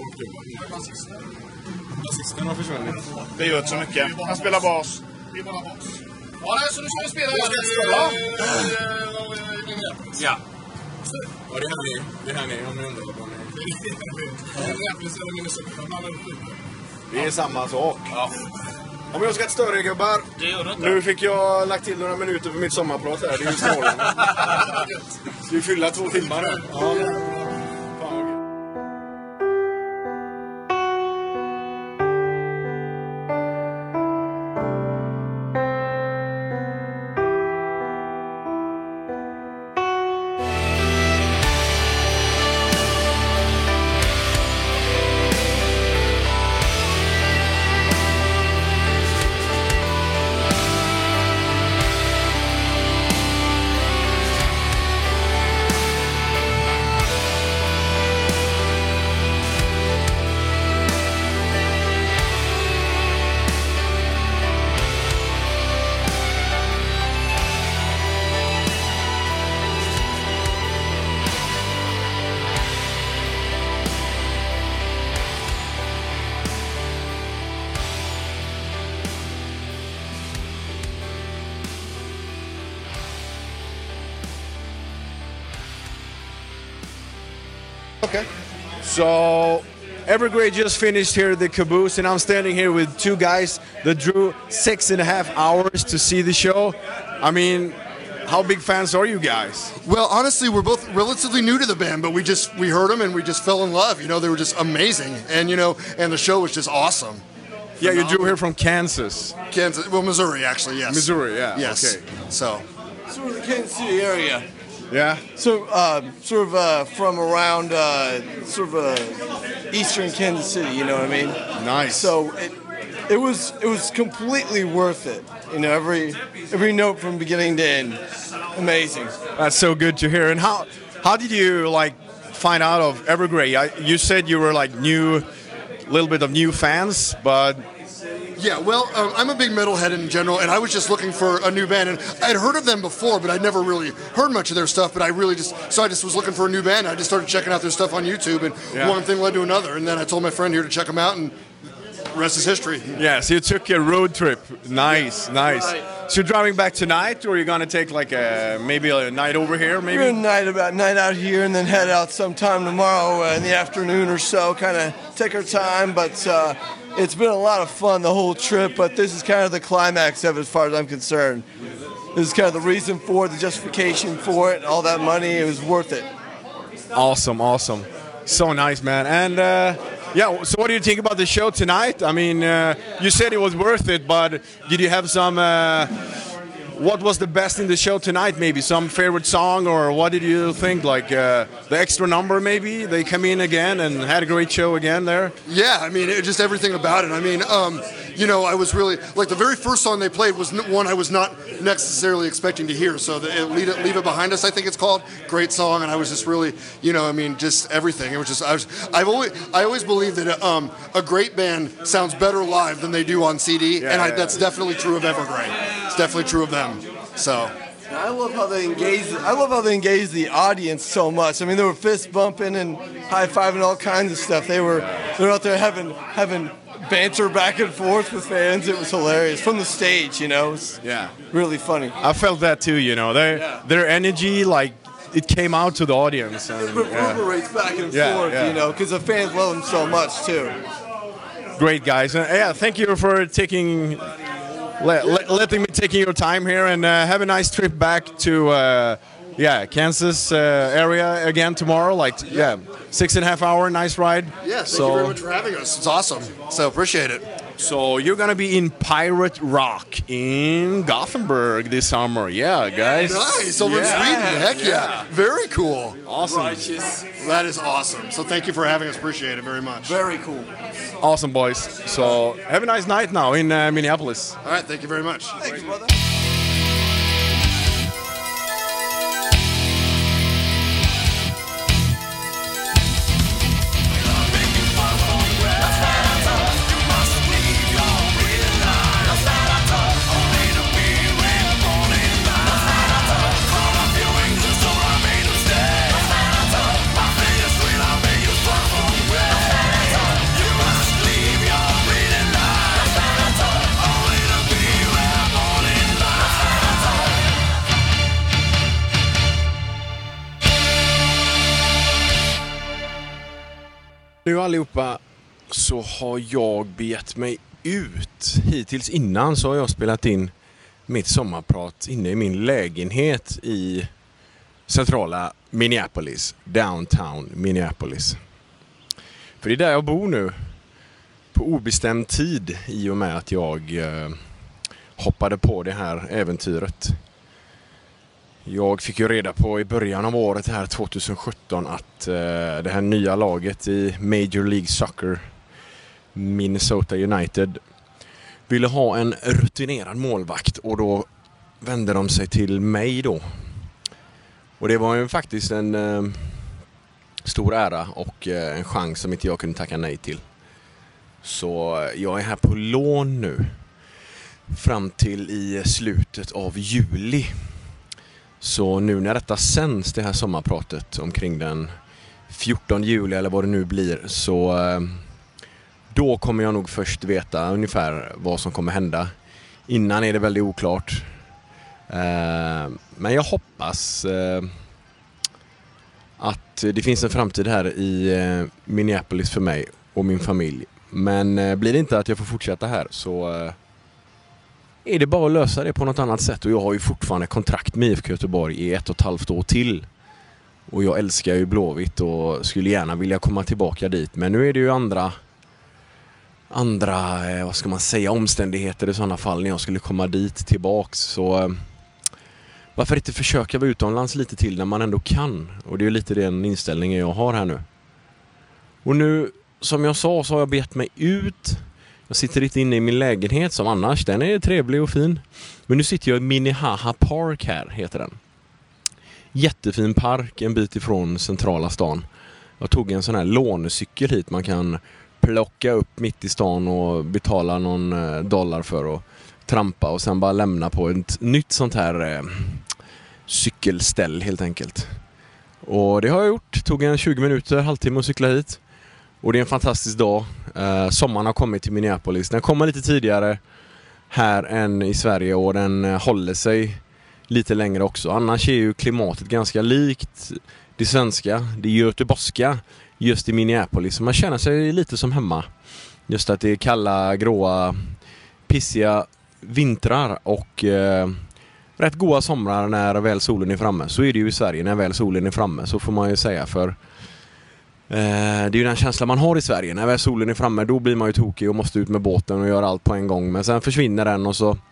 Basisten har försvunnit. Det gör inte så mycket. Han spelar bas. Ja, så nu ska vi spela. Ja. Ja, det här är om ni undrar vad det är samma sak. Ja. Om jag ska ett större gubbar. Det gör du inte. Nu fick jag lagt till några minuter för mitt sommarprat här. Det är ju strålande. Ska vi fylla 2 timmar här? Ja. Okay. So, Evergrey just finished here at the Caboose, and I'm standing here with 2 guys that drew 6.5 hours to see the show. I mean, how big fans are you guys? Well, honestly, we're both relatively new to the band, but we heard them and we just fell in love. You know, they were just amazing, and and the show was just awesome. Yeah, you drew here from Kansas. Missouri, actually, yes. Missouri, yeah. Yes. Okay. So. Sort of the Kansas City area. Yeah. So, from around eastern Kansas City. You know what I mean? Nice. So it was completely worth it. You know, every note from beginning to end, amazing. That's so good to hear. And how did you find out of Evergrey? You said you were little bit of new fans, but. Yeah, well, I'm a big metalhead in general, and I was just looking for a new band, and I'd heard of them before, but I'd never really heard much of their stuff, but I just was looking for a new band, and I just started checking out their stuff on YouTube, and one thing led to another, and then I told my friend here to check them out, and the rest is history. Yeah, so you took a road trip. Nice. So you're driving back tonight, or are you going to take maybe a night over here, maybe? We're gonna night out here, and then head out sometime tomorrow in the afternoon or so, kind of take our time, but it's been a lot of fun the whole trip, but this is kind of the climax of it as far as I'm concerned. This is kind of the reason for it, the justification for it, all that money. It was worth it. Awesome. So nice, man. And yeah, so what do you think about the show tonight? I mean, you said it was worth it, but did you have some... what was the best in the show tonight, maybe? Some favorite song, or what did you think? Like the extra number, maybe? They come in again and had a great show again there? Yeah, I mean, just everything about it. I mean, you know, I was really, like, the very first song they played was one I was not necessarily expecting to hear. So Leave It Behind Us, I think it's called. Great song, and I was just really, you know, I mean, just everything. It was just, I always believe that a great band sounds better live than they do on CD, that's definitely true of Evergrey. It's definitely true of them. So. I love how they engage the audience so much. I mean, they were fist bumping and high fiving, all kinds of stuff. They're out there having banter back and forth with fans. It was hilarious from the stage, you know. It was really funny. I felt that too, you know. Their energy, like, it came out to the audience. And, it reverberates back and forth, you know, because the fans love them so much too. Great, guys. Thank you for taking... letting me taking your time here, and have a nice trip back to Kansas area again tomorrow. 6.5 hour nice ride. Yeah, thank you very much for having us. It's awesome. So appreciate it. So you're gonna be in Pirate Rock in Gothenburg this summer. Yeah, guys. Nice, over in Sweden. Heck yeah. Very cool. Awesome. Righteous. That is awesome. So thank you for having us. Appreciate it very much. Very cool. Awesome, boys. So have a nice night now in Minneapolis. All right, thank you very much. Thanks, brother. Nu allihopa så har jag begett mig ut. Hittills innan så har jag spelat in mitt sommarprat inne i min lägenhet i centrala Minneapolis, downtown Minneapolis. För det är där jag bor nu på obestämd tid i och med att jag hoppade på det här äventyret. Jag fick ju reda på i början av året här 2017 att det här nya laget i Major League Soccer, Minnesota United, ville ha en rutinerad målvakt, och då vände de sig till mig då. Och det var ju faktiskt en stor ära och en chans som inte jag kunde tacka nej till. Så jag är här på lån nu fram till i slutet av juli. Så nu när detta sänds, det här sommarpratet omkring den 14 juli eller vad det nu blir, så då kommer jag nog först veta ungefär vad som kommer hända. Innan är det väldigt oklart. Men jag hoppas att det finns en framtid här i Minneapolis för mig och min familj. Men blir det inte att jag får fortsätta här, så är det bara att lösa det på något annat sätt. Och jag har ju fortfarande kontrakt med IFK Göteborg i 1,5 år till. Och jag älskar ju Blåvitt och skulle gärna vilja komma tillbaka dit. Men nu är det ju andra vad ska man säga, omständigheter i sådana fall när jag skulle komma dit tillbaks. Så varför inte försöka vara utomlands lite till när man ändå kan? Och det är ju lite den inställningen jag har här nu. Och nu, som jag sa, så har jag bett mig ut. Jag sitter lite inne i min lägenhet som annars, den är trevlig och fin. Men nu sitter jag i Minnehaha Park här, heter den. Jättefin park, en bit ifrån centrala stan. Jag tog en sån här lånecykel hit man kan plocka upp mitt i stan och betala någon dollar för och trampa och sen bara lämna på ett nytt sånt här cykelställ helt enkelt. Och det har jag gjort. Tog en 20 minuter, halvtimme att cykla hit. Och det är en fantastisk dag. Sommaren har kommit till Minneapolis. Den kommer lite tidigare här än i Sverige och den håller sig lite längre också. Annars är ju klimatet ganska likt det svenska, det göteborgska just i Minneapolis. Så man känner sig lite som hemma. just att det är kalla, gråa, pissiga vintrar och rätt goda somrar när väl solen är framme. Så är det ju i Sverige när väl solen är framme, så får man ju säga, för det är ju den känslan man har i Sverige. När väl solen är framme, då blir man ju tokig och måste ut med båten och göra allt på en gång. Men sen försvinner den och så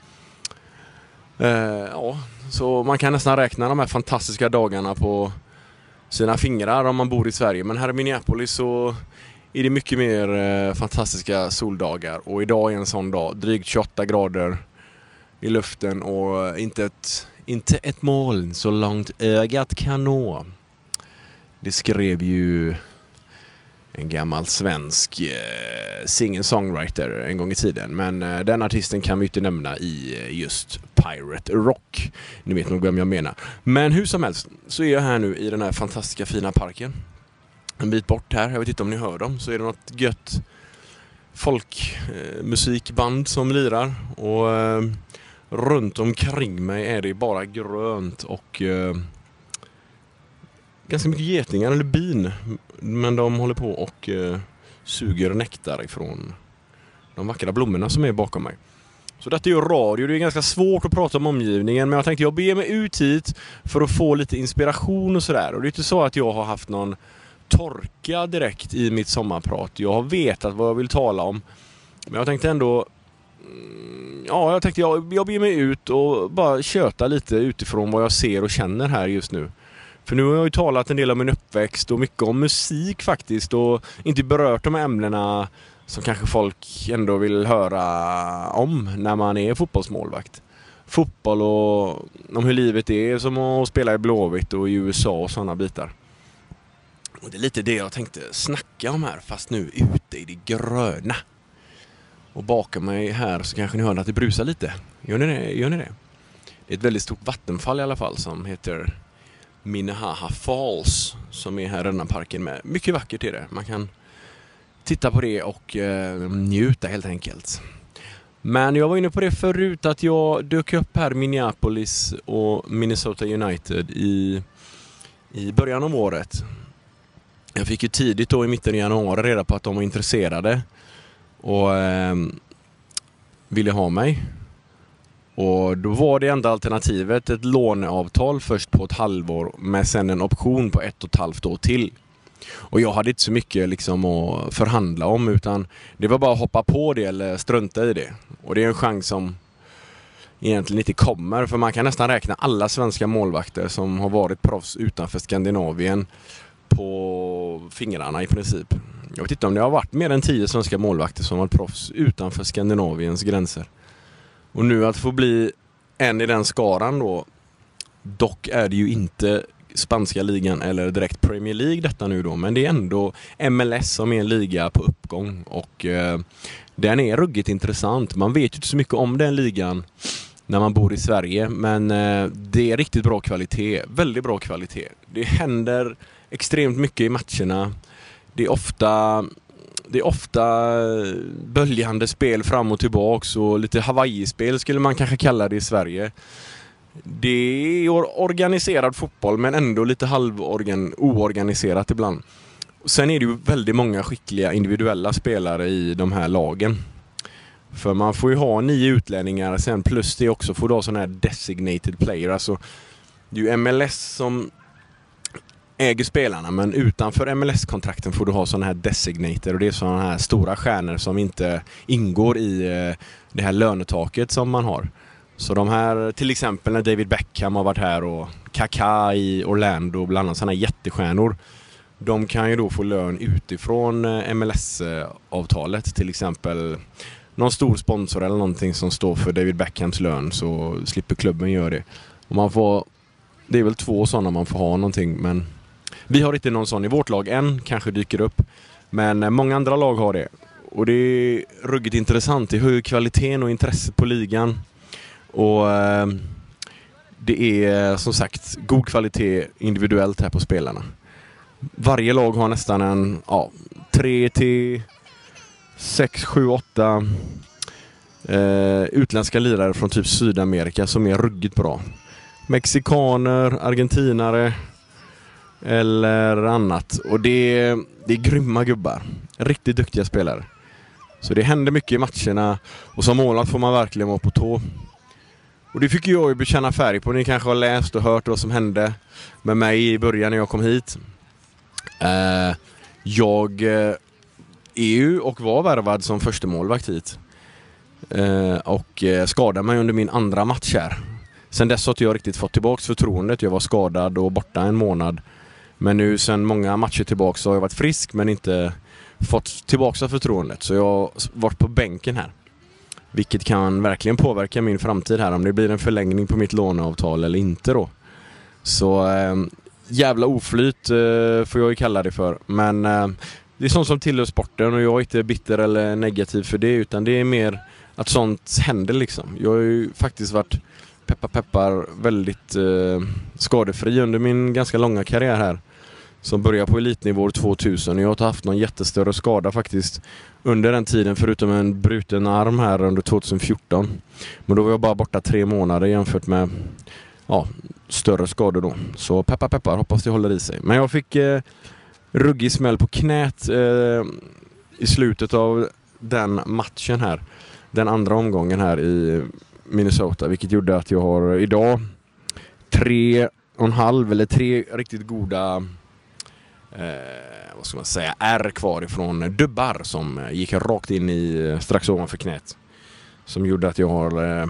så man kan nästan räkna de här fantastiska dagarna på sina fingrar om man bor i Sverige. Men här i Minneapolis så är det mycket mer fantastiska soldagar. Och idag är en sån dag, drygt 28 grader i luften och inte ett moln så långt ögat kan nå. Det skrev ju en gammal svensk singer-songwriter en gång i tiden. Men den artisten kan vi inte nämna i just Pirate Rock. Ni vet nog vem jag menar. Men hur som helst så är jag här nu i den här fantastiska fina parken. En bit bort här, jag vet inte om ni hör dem, så är det något gött folkmusikband som lirar. Och runt omkring mig är det bara grönt och ganska mycket getingar eller bin. Men de håller på och suger nektar ifrån de vackra blommorna som är bakom mig. Så detta är ju radio, det är ganska svårt att prata om omgivningen. Men jag tänkte jag ber mig ut hit för att få lite inspiration och sådär. Och det är inte så att jag har haft någon torka direkt i mitt sommarprat. Jag har vetat vad jag vill tala om. Men jag tänkte ändå... jag ber mig ut och bara köta lite utifrån vad jag ser och känner här just nu. För nu har jag ju talat en del om min uppväxt och mycket om musik faktiskt. Och inte berört de här ämnena som kanske folk ändå vill höra om när man är fotbollsmålvakt. Fotboll och om hur livet är som att spela i Blåvitt och i USA och sådana bitar. Och det är lite det jag tänkte snacka om här, fast nu ute i det gröna. Och bakom mig här så kanske ni hör att det brusar lite. Gör ni det? Det är ett väldigt stort vattenfall i alla fall som heter Minnehaha Falls, som är här i den här parken med. Mycket vackert är det. Man kan titta på det och njuta helt enkelt. Men jag var inne på det förut att jag dök upp här i Minneapolis och Minnesota United i början av året. Jag fick ju tidigt då i mitten av januari reda på att de var intresserade och ville ha mig. Och då var det enda alternativet ett låneavtal först på ett halvår med sen en option på 1,5 år till. Och jag hade inte så mycket liksom att förhandla om, utan det var bara att hoppa på det eller strunta i det. Och det är en chans som egentligen inte kommer, för man kan nästan räkna alla svenska målvakter som har varit proffs utanför Skandinavien på fingrarna i princip. Jag vet inte om det har varit mer än 10 svenska målvakter som har varit proffs utanför Skandinaviens gränser. Och nu att få bli en i den skaran då, dock är det ju inte spanska ligan eller direkt Premier League detta nu då, men det är ändå MLS som är en liga på uppgång och den är ruggigt intressant. Man vet ju inte så mycket om den ligan när man bor i Sverige, men det är riktigt bra kvalitet, väldigt bra kvalitet. Det händer extremt mycket i matcherna. Det är ofta böljande spel fram och tillbaks och lite Hawaii-spel skulle man kanske kalla det i Sverige. Det är organiserad fotboll men ändå lite oorganiserat ibland. Sen är det ju väldigt många skickliga individuella spelare i de här lagen. För man får ju ha 9 utlänningar sen plus det också får du ha sådana här designated player. Alltså det är ju MLS som äger spelarna, men utanför MLS-kontrakten får du ha sådana här designator och det är sådana här stora stjärnor som inte ingår i det här lönetaket som man har. Så de här, till exempel när David Beckham har varit här och Kaká i Orlando, bland annat sådana här jättestjärnor, de kan ju då få lön utifrån MLS-avtalet, till exempel någon stor sponsor eller någonting som står för David Beckhams lön, så slipper klubben göra det. Och man får, det är väl 2 sådana man får ha någonting, men vi har inte någon sån i vårt lag än, kanske dyker upp. Men många andra lag har det. Och det är ruggigt intressant. Det höjer kvaliteten och intresset på ligan. Och det är som sagt god kvalitet individuellt här på spelarna. Varje lag har nästan en 3 till 6, 7, 8 utländska lirare från typ Sydamerika som är ruggigt bra. Mexikaner, argentinare eller annat. Och det är grymma gubbar. Riktigt duktiga spelare. Så det händer mycket i matcherna. Och som målvakt får man verkligen vara på tå. Och det fick jag ju bekänna färg på. Ni kanske har läst och hört vad som hände med mig i början när jag kom hit. Jag är ju och var värvad som första målvakt hit. Och skadade mig under min andra match här. Sen dess har inte jag riktigt fått tillbaka förtroendet. Jag var skadad och borta en månad. Men nu sen många matcher tillbaka så har jag varit frisk men inte fått tillbaka förtroendet. Så jag har varit på bänken här. Vilket kan verkligen påverka min framtid här. Om det blir en förlängning på mitt låneavtal eller inte då. Så jävla oflyt får jag ju kalla det för. Men det är sånt som tillhör sporten och jag är inte bitter eller negativ för det. Utan det är mer att sånt händer liksom. Jag har ju faktiskt varit peppar väldigt skadefri under min ganska långa karriär här. Som började på elitnivå 2000. Jag har inte haft någon jättestörre skada faktiskt under den tiden förutom en bruten arm här under 2014. Men då var jag bara borta 3 månader jämfört med större skador då. Så peppar, hoppas det håller i sig. Men jag fick ruggig smäll på knät i slutet av den matchen här. Den andra omgången här i Minnesota. Vilket gjorde att jag har idag 3,5 eller 3 riktigt goda vad ska man säga, R kvar ifrån dubbar som gick rakt in i strax ovanför knät. Som gjorde att jag har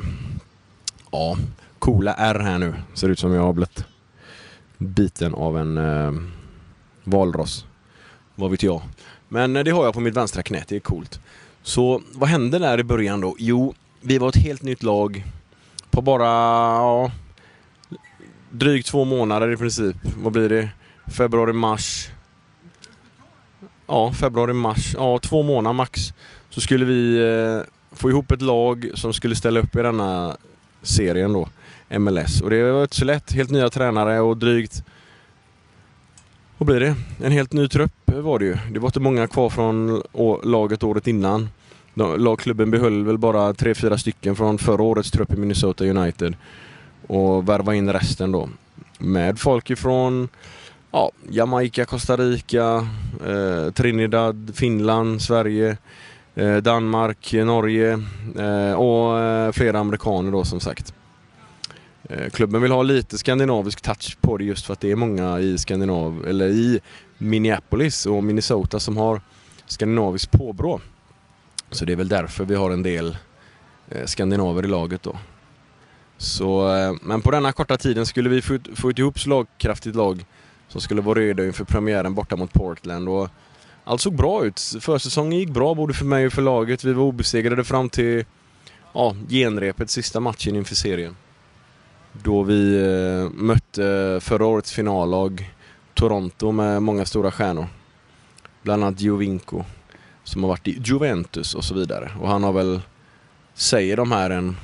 coola R här nu. Ser ut som jag har blivit biten av en valross. Vad vet jag. Men det har jag på mitt vänstra knät, det är coolt. Så vad hände där i början då? Jo, vi var ett helt nytt lag på bara drygt 2 månader i princip. Vad blir det? Februari-mars. Ja, februari-mars. Ja, 2 månader max. Så skulle vi få ihop ett lag som skulle ställa upp i denna serien då. MLS. Och det var inte så lätt. Helt nya tränare och drygt... Vad blir det? En helt ny trupp var det ju. Det var inte många kvar från laget året innan. Lagklubben behöll väl bara 3-4 stycken från förra årets trupp i Minnesota United. Och värva in resten då. Med folk ifrån... Jamaica, Costa Rica, Trinidad, Finland, Sverige, Danmark, Norge och flera amerikaner då som sagt. Klubben vill ha lite skandinavisk touch på det just för att det är många i Minneapolis och Minnesota som har skandinavisk påbrå. Så det är väl därför vi har en del skandinaver i laget då. Så, men på denna korta tiden skulle vi få ett ihop slagkraftigt lag som skulle vara redo inför premiären borta mot Portland. Och allt såg bra ut. Försäsongen gick bra både för mig och för laget. Vi var obesegrade fram till genrepet, sista matchen inför serien. Då vi mötte förra årets finallag Toronto med många stora stjärnor. Bland annat Giovinco som har varit i Juventus och så vidare. Och han har väl, säger de här, en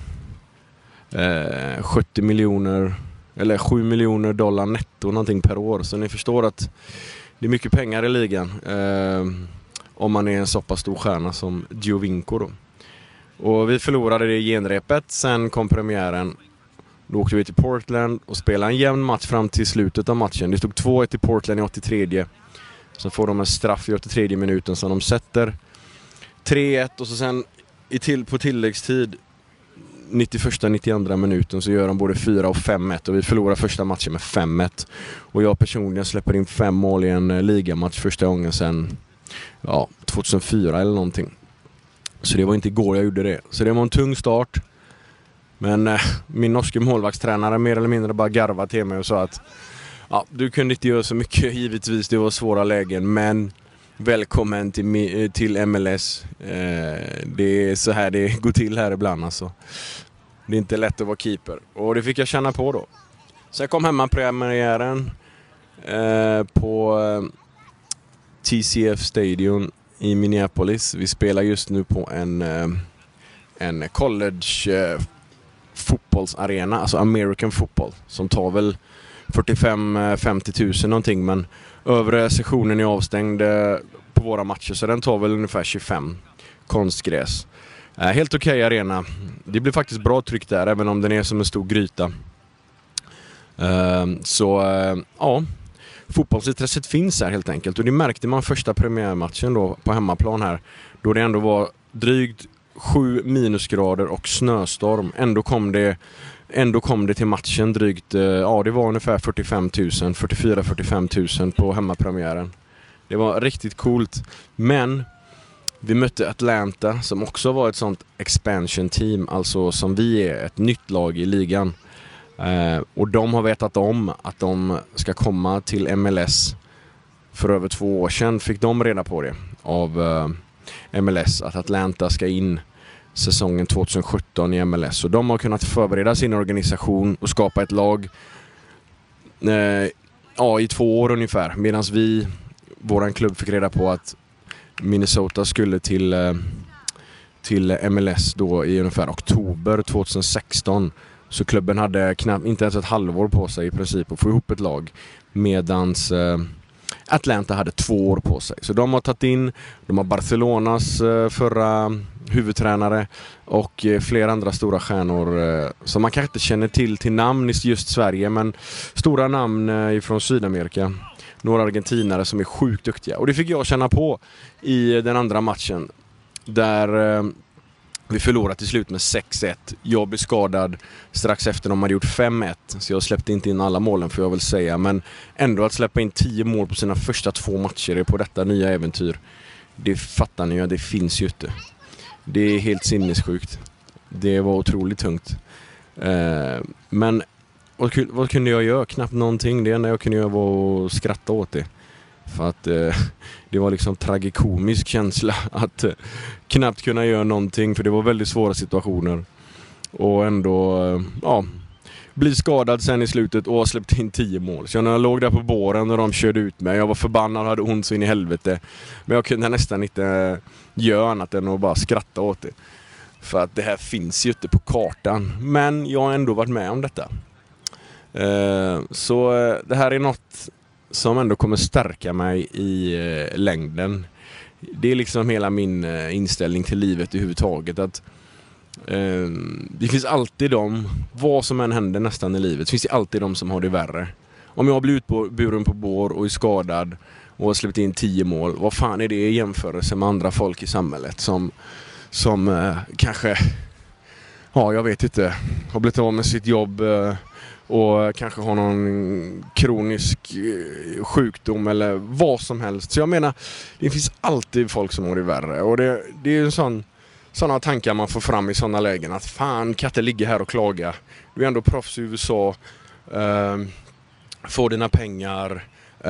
70 miljoner eller 7 miljoner dollar netto någonting per år. Så ni förstår att det är mycket pengar i ligan om man är en så pass stor stjärna som Giovinco då. Och vi förlorade det genrepet. Sen kom premiären. Då åkte vi till Portland och spelade en jämn match fram till slutet av matchen. Det stod 2-1 i Portland i 83. Sen får de en straff i 83 minuten som de sätter 3-1 och så sen på tilläggstid 91-92 minuten så gör de både 4 och 5-1 och vi förlorar första matchen med 5-1. Och jag personligen släpper in 5 mål i en ligamatch första gången sen 2004 eller någonting. Så det var inte igår jag gjorde det. Så det var en tung start. Men min norske målvaktstränare mer eller mindre bara garvade till mig och sa att du kunde inte göra så mycket, givetvis det var svåra lägen, men välkommen till MLS. Det är så här det går till här ibland alltså. Det är inte lätt att vara keeper. Och det fick jag känna på då. Sen kom hemmapremiären på TCF Stadium i Minneapolis. Vi spelar just nu på en college fotbollsarena, alltså American football, som tar väl 45-50 000 någonting, men övre sessionen är avstängd på våra matcher, så den tar väl ungefär 25 konstgräs. Helt okej arena. Det blir faktiskt bra tryck där, även om den är som en stor gryta. Fotbollsintresset finns här helt enkelt, och det märkte man första premiärmatchen då på hemmaplan här, då det ändå var drygt 7 minusgrader och snöstorm. Ändå kom det till matchen drygt, ja det var ungefär 44-45 000 på hemmapremiären. Det var riktigt coolt. Men vi mötte Atlanta som också var ett sånt expansion team, alltså som vi är, ett nytt lag i ligan. Och de har vetat om att de ska komma till MLS. För över 2 år sedan fick de reda på det av MLS, att Atlanta ska in säsongen 2017 i MLS. Så de har kunnat förbereda sin organisation och skapa ett lag i 2 år ungefär. Medan våran klubb fick reda på att Minnesota skulle till MLS då i ungefär oktober 2016. Så klubben hade inte ens ett halvår på sig i princip att få ihop ett lag. Medans Atlanta hade 2 år på sig. Så de har Barcelonas förra huvudtränare och flera andra stora stjärnor som man kanske inte känner till namn i just Sverige, men stora namn från Sydamerika. Några argentinare som är sjukt duktiga. Och det fick jag känna på i den andra matchen där vi förlorade till slut med 6-1. Jag blev skadad strax efter de hade gjort 5-1. Så jag släppte inte in alla målen, för jag vill säga. Men ändå att släppa in 10 mål på sina första 2 matcher på detta nya äventyr. Det fattar ni ju, det finns ju inte. Det är helt sinnessjukt. Det var otroligt tungt. Men vad kunde jag göra? Knappt någonting. Det enda jag kunde göra var att skratta åt det. För att det var liksom tragikomisk känsla att knappt kunna göra någonting, för det var väldigt svåra situationer. Och ändå bli skadad sen i slutet och ha släppt in 10 mål. Så när jag låg där på båren och de körde ut mig, jag var förbannad och hade ont så in i helvete. Men jag kunde nästan inte göra annat än att bara skratta åt det. För att det här finns ju inte på kartan. Men jag har ändå varit med om detta. Så det här är något som ändå kommer stärka mig i längden. Det är liksom hela min inställning till livet överhuvudtaget, att det finns alltid vad som än händer nästan i livet, finns det alltid de som har det värre. Om jag blir utburen på bår och är skadad och har släppt in 10 mål, vad fan är det i jämförelse med andra folk i samhället som kanske, jag vet inte, har blivit av med sitt jobb och kanske har någon kronisk sjukdom eller vad som helst. Så jag menar, det finns alltid folk som har det värre. Och det är en sådana tankar man får fram i sådana lägen. Att fan, kan inte ligga här och klaga. Du är ändå proffs i USA. Får dina pengar.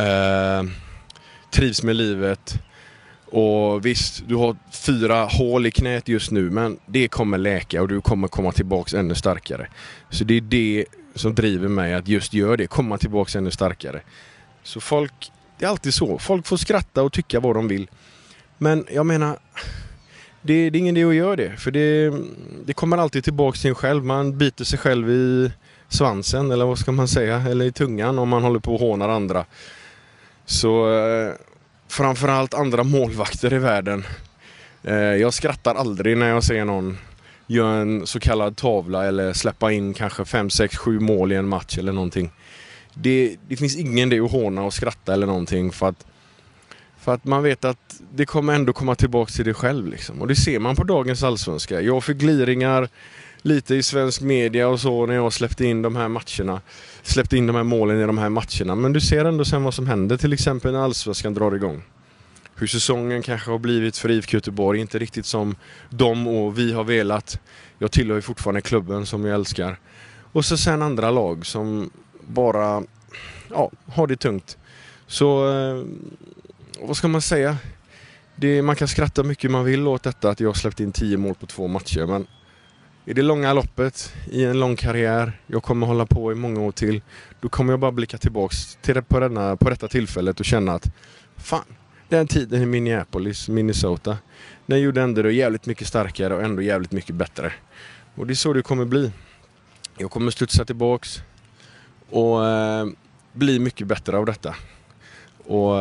Trivs med livet. Och visst, du har 4 hål i knät just nu, men det kommer läka och du kommer komma tillbaka ännu starkare. Så det är det som driver mig att just göra det, komma tillbaka ännu starkare. Så det är alltid så. Folk får skratta och tycka vad de vill. Men jag menar, det är ingen idé att göra det. För det kommer alltid tillbaka till en själv. Man biter sig själv i svansen, eller vad ska man säga, eller i tungan om man håller på och hånar andra. Så framförallt andra målvakter i världen. Jag skrattar aldrig när jag ser någon göra en så kallad tavla eller släppa in kanske 5, 6, 7 mål i en match eller någonting. Det finns ingen idé att håna och skratta eller någonting, för att man vet att det kommer ändå komma tillbaka till dig själv liksom. Och det ser man på dagens allsvenska. Jag fick gliringar lite i svensk media och så när jag släppte in de här målen i de här matcherna. Men du ser ändå sen vad som händer, till exempel när allsvenskan drar igång. Hur säsongen kanske har blivit för IFK Göteborg, inte riktigt som de och vi har velat. Jag tillhör ju fortfarande klubben som jag älskar. Och så sen andra lag som bara har det tungt. Så vad ska man säga? Man kan skratta mycket man vill åt detta att jag har släppt in 10 mål på 2 matcher. Men i det långa loppet, i en lång karriär, jag kommer hålla på i många år till, då kommer jag bara blicka tillbaks på detta tillfället och känna att fan, den tiden i Minneapolis, Minnesota, den gjorde ändå det jävligt mycket starkare och ändå jävligt mycket bättre. Och det är så det kommer bli. Jag kommer studsa tillbaks och bli mycket bättre av detta. Och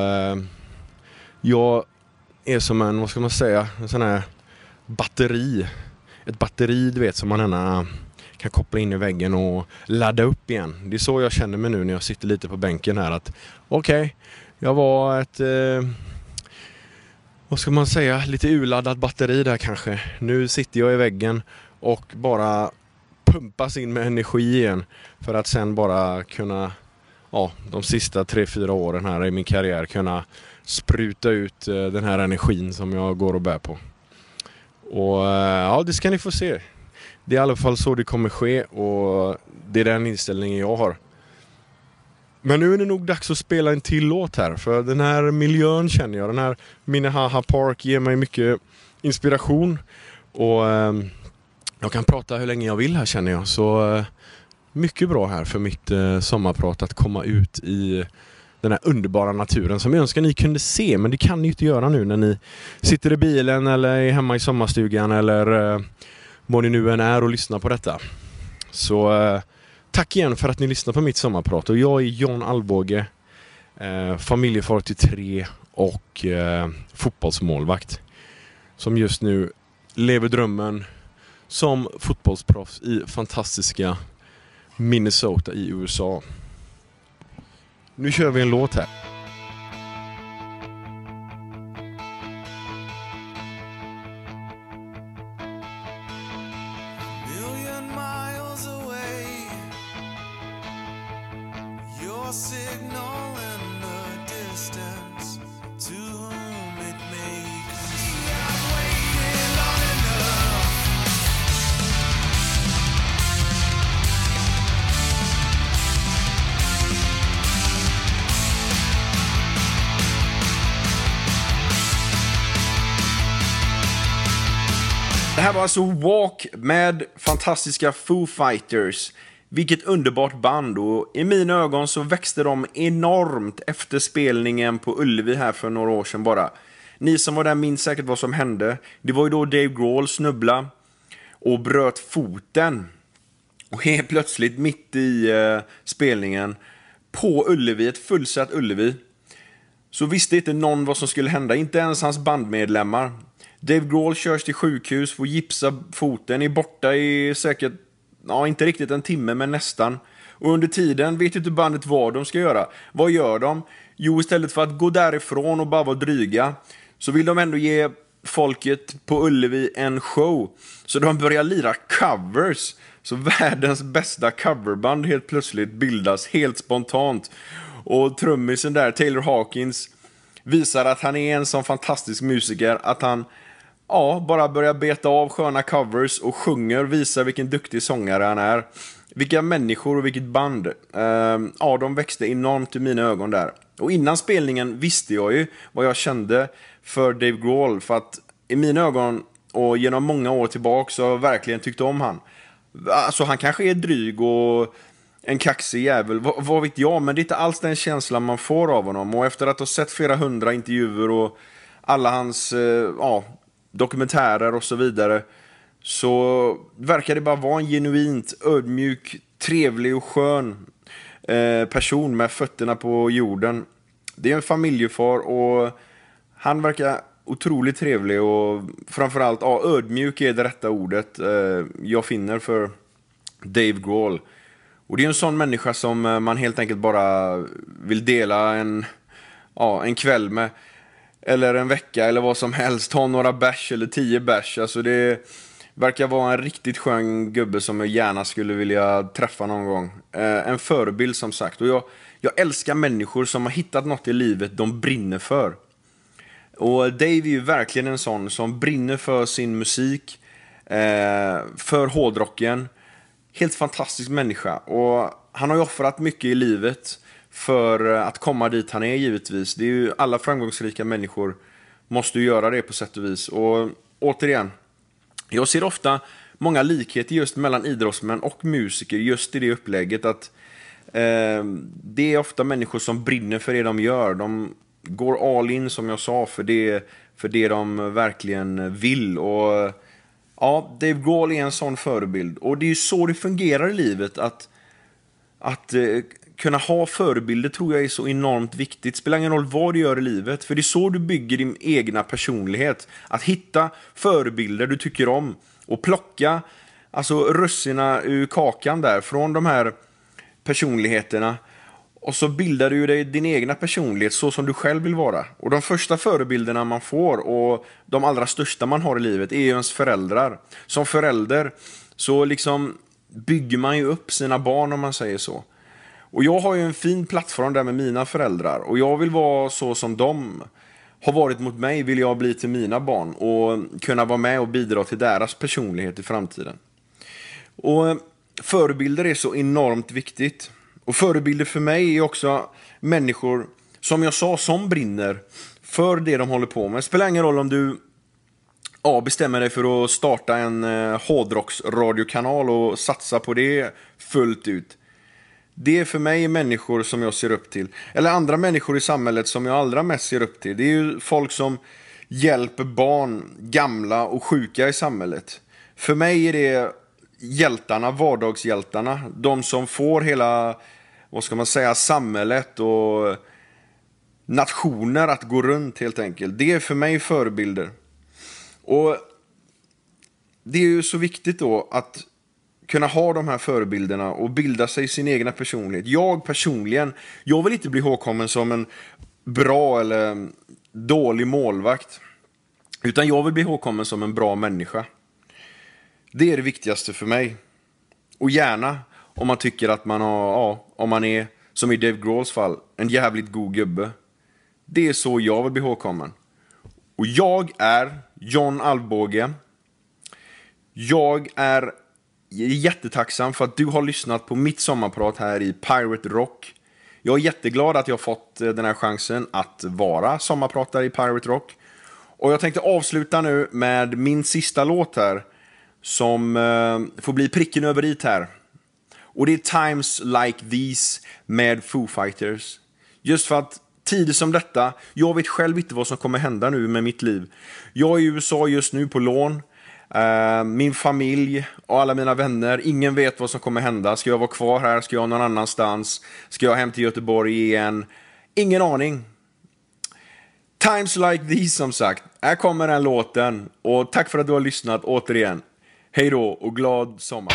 jag är som en sån här batteri. Ett batteri, du vet, som man gärna kan koppla in i väggen och ladda upp igen. Det är så jag känner mig nu när jag sitter lite på bänken här, att okej, jag var vad ska man säga, lite urladdat batteri där kanske. Nu sitter jag i väggen och bara pumpas in med energi igen för att sen bara kunna, de sista 3-4 åren här i min karriär kunna spruta ut den här energin som jag går och bär på. Och det ska ni få se. Det är i alla fall så det kommer ske och det är den inställningen jag har. Men nu är det nog dags att spela en till låt här. För den här miljön känner jag. Den här Minnehaha Park ger mig mycket inspiration. Och jag kan prata hur länge jag vill här känner jag. Så mycket bra här för mitt sommarprat att komma ut i den här underbara naturen som jag önskar ni kunde se. Men det kan ni inte göra nu när ni sitter i bilen eller är hemma i sommarstugan eller vad ni nu än är och lyssnar på detta. Så tack igen för att ni lyssnar på mitt sommarprat. Och jag är John Alvbåge, familjefar till 3 och fotbollsmålvakt. Som just nu lever drömmen som fotbollsproffs i fantastiska Minnesota i USA. Nu kör vi en låt här. Det här var alltså Walk med fantastiska Foo Fighters. Vilket underbart band, och i mina ögon så växte de enormt efter spelningen på Ullevi här för några år sedan bara. Ni som var där minns säkert vad som hände. Det var ju då Dave Grohl snubbla och bröt foten. Och helt plötsligt mitt i spelningen på Ullevi, ett fullsatt Ullevi, så visste inte någon vad som skulle hända, inte ens hans bandmedlemmar. Dave Grohl körs till sjukhus, får gipsa foten, är borta i säkert, inte riktigt en timme men nästan. Och under tiden vet inte bandet vad de ska göra. Vad gör de? Jo, istället för att gå därifrån och bara vara dryga så vill de ändå ge folket på Ullevi en show. Så de börjar lira covers. Så världens bästa coverband helt plötsligt bildas helt spontant. Och trummisen där, Taylor Hawkins, visar att han är en sån fantastisk musiker att han bara börjar beta av sköna covers och sjunger, visar vilken duktig sångare han är. Vilka människor och vilket band. De växte enormt i mina ögon där. Och innan spelningen visste jag ju vad jag kände för Dave Grohl. För att i mina ögon och genom många år tillbaka så har jag verkligen tyckt om han. Alltså han kanske är dryg och en kaxig jävel, vad vet jag, men det är inte alls den känslan man får av honom. Och efter att ha sett flera 100 intervjuer och alla hans dokumentärer och så vidare, så verkar det bara vara en genuint ödmjuk, trevlig och skön person med fötterna på jorden. Det är en familjefar och han verkar otroligt trevlig och framförallt ödmjuk är det rätta ordet jag finner för Dave Grohl. Och det är en sån människa som man helt enkelt bara vill dela en kväll med, eller en vecka eller vad som helst, ta några bärs eller 10 bärs. Alltså det verkar vara en riktigt skön gubbe som jag gärna skulle vilja träffa någon gång. En förebild som sagt. Och jag älskar människor som har hittat något i livet de brinner för. Och Dave är ju verkligen en sån som brinner för sin musik, för hårdrocken. Helt fantastisk människa. Och han har ju offrat mycket i livet för att komma dit han är givetvis. Det är ju alla framgångsrika människor måste ju göra det på sätt och vis. Och återigen, jag ser ofta många likheter just mellan idrottsmän och musiker just i det upplägget att det är ofta människor som brinner för det de gör. De går all in som jag sa för det de verkligen vill. Och Dave Grohl är en sån förebild. Och det är ju så det fungerar i livet. Att kunna ha förebilder tror jag är så enormt viktigt. Det spelar ingen roll vad du gör i livet. För det är så du bygger din egna personlighet. Att hitta förebilder du tycker om. Och plocka russina ur kakan där. Från de här personligheterna. Och så bildar du ju dig din egna personlighet så som du själv vill vara. Och de första förebilderna man får och de allra största man har i livet är ju ens föräldrar. Som förälder så liksom bygger man ju upp sina barn, om man säger så. Och jag har ju en fin plattform där med mina föräldrar. Och jag vill vara så som de har varit mot mig, vill jag bli till mina barn. Och kunna vara med och bidra till deras personlighet i framtiden. Och förebilder är så enormt viktigt. Och förebilder för mig är också människor, som jag sa, som brinner för det de håller på med. Det spelar ingen roll om du bestämmer dig för att starta en hårdrocksradiokanal och satsa på det fullt ut. Det är för mig människor som jag ser upp till. Eller andra människor i samhället som jag allra mest ser upp till. Det är ju folk som hjälper barn, gamla och sjuka i samhället. För mig är det hjältarna, vardagshjältarna. De som får hela, vad ska man säga, samhället och nationer att gå runt helt enkelt. Det är för mig förebilder. Och det är ju så viktigt då att kunna ha de här förebilderna och bilda sig sin egna personlighet. Jag personligen, jag vill inte bli ihågkommen som en bra eller dålig målvakt. Utan jag vill bli ihågkommen som en bra människa. Det är det viktigaste för mig. Och gärna om man tycker att man har, om man är, som i Dave Grohls fall, en jävligt god gubbe. Det är så jag vill bli ihågkommen. Och jag är John Alvbåge. Jag är jättetacksam för att du har lyssnat på mitt sommarprat här i Pirate Rock. Jag är jätteglad att jag har fått den här chansen att vara sommarpratare i Pirate Rock. Och jag tänkte avsluta nu med min sista låt här, som får bli pricken över i här. Och det är Times Like These med Foo Fighters. Just för att tider som detta, jag vet själv inte vad som kommer hända nu med mitt liv. Jag är i USA just nu på lån. Min familj och alla mina vänner, ingen vet vad som kommer hända. Ska jag vara kvar här? Ska jag någon annanstans? Ska jag hem till Göteborg igen? Ingen aning. Times Like These, som sagt. Här kommer den låten. Och tack för att du har lyssnat återigen. Hej då och glad sommar.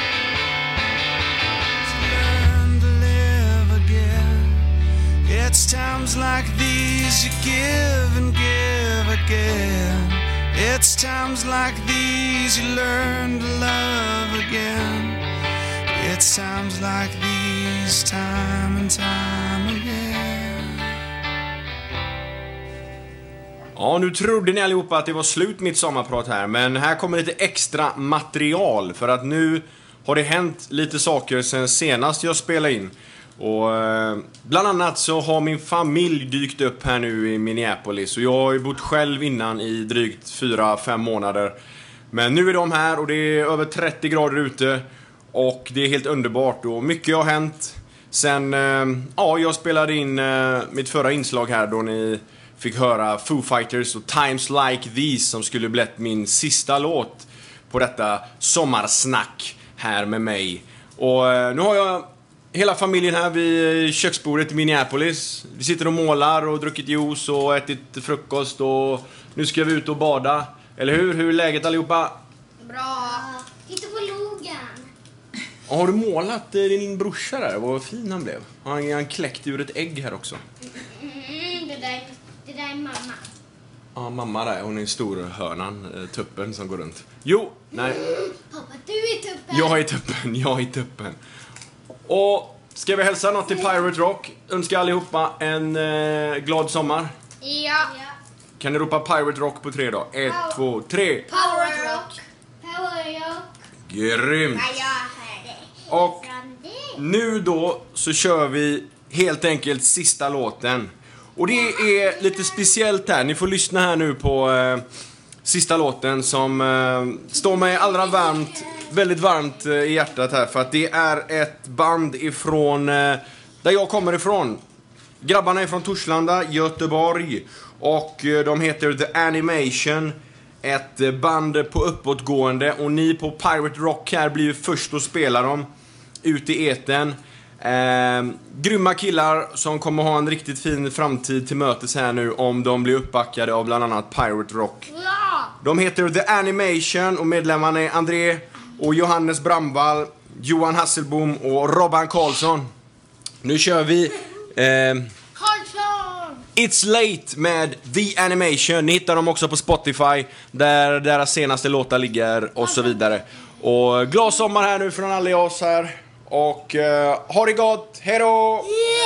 It's times like these you give and give again. It's times like these you learn to love again. It's times like these, time and time again. Ja, nu trodde ni allihopa att det var slut mitt sommarprat här. Men här kommer lite extra material. För att nu har det hänt lite saker sen senast jag spelade in. Och bland annat så har min familj dykt upp här nu i Minneapolis. Och jag har ju bott själv innan i drygt 4-5 månader. Men nu är de här och det är över 30 grader ute. Och det är helt underbart och mycket har hänt. Sen, jag spelade in mitt förra inslag här då ni fick höra Foo Fighters och Times Like These, som skulle blivit min sista låt på detta sommarsnack här med mig. Och nu har jag hela familjen här vid köksbordet i Minneapolis. Vi sitter och målar och druckit juice och ätit frukost och nu ska vi ut och bada. Eller hur? Hur är läget allihopa? Bra. Titta på logan. Har du målat din brorsa där? Vad fin han blev. Han kläckte ur ett ägg här också. Det där är mamma. Ja, mamma där. Hon är storhörnan, tuppen som går runt. Jo, nej. Pappa, du är tuppen. Jag är tuppen. Och ska vi hälsa något till Pirate Rock? Önskar allihopa en glad sommar. Ja. Kan ni ropa Pirate Rock på 3 då? 1, 2, 3. Power Rock. Power Rock. Grymt. Ja, jag hörde. Och nu då så kör vi helt enkelt sista låten. Och det är lite speciellt här. Ni får lyssna här nu på sista låten som står mig väldigt varmt i hjärtat här. För att det är ett band ifrån där jag kommer ifrån. Grabbarna är från Torslanda, Göteborg. Och de heter The Animation. Ett band på uppåtgående. Och ni på Pirate Rock här blir ju först att spela dem ut i eten. Grymma killar som kommer ha en riktigt fin framtid till mötes här nu, om de blir uppbackade av bland annat Pirate Rock. De heter The Animation och medlemmarna är André och Johannes Bramvall, Johan Hasselbom och Robban Karlsson. Nu kör vi Karlsson! It's Late med The Animation. Ni hittar dem också på Spotify, där deras senaste låtar ligger och så vidare. Och glad sommar här nu från alla oss här. Och ha det gott, hejdå!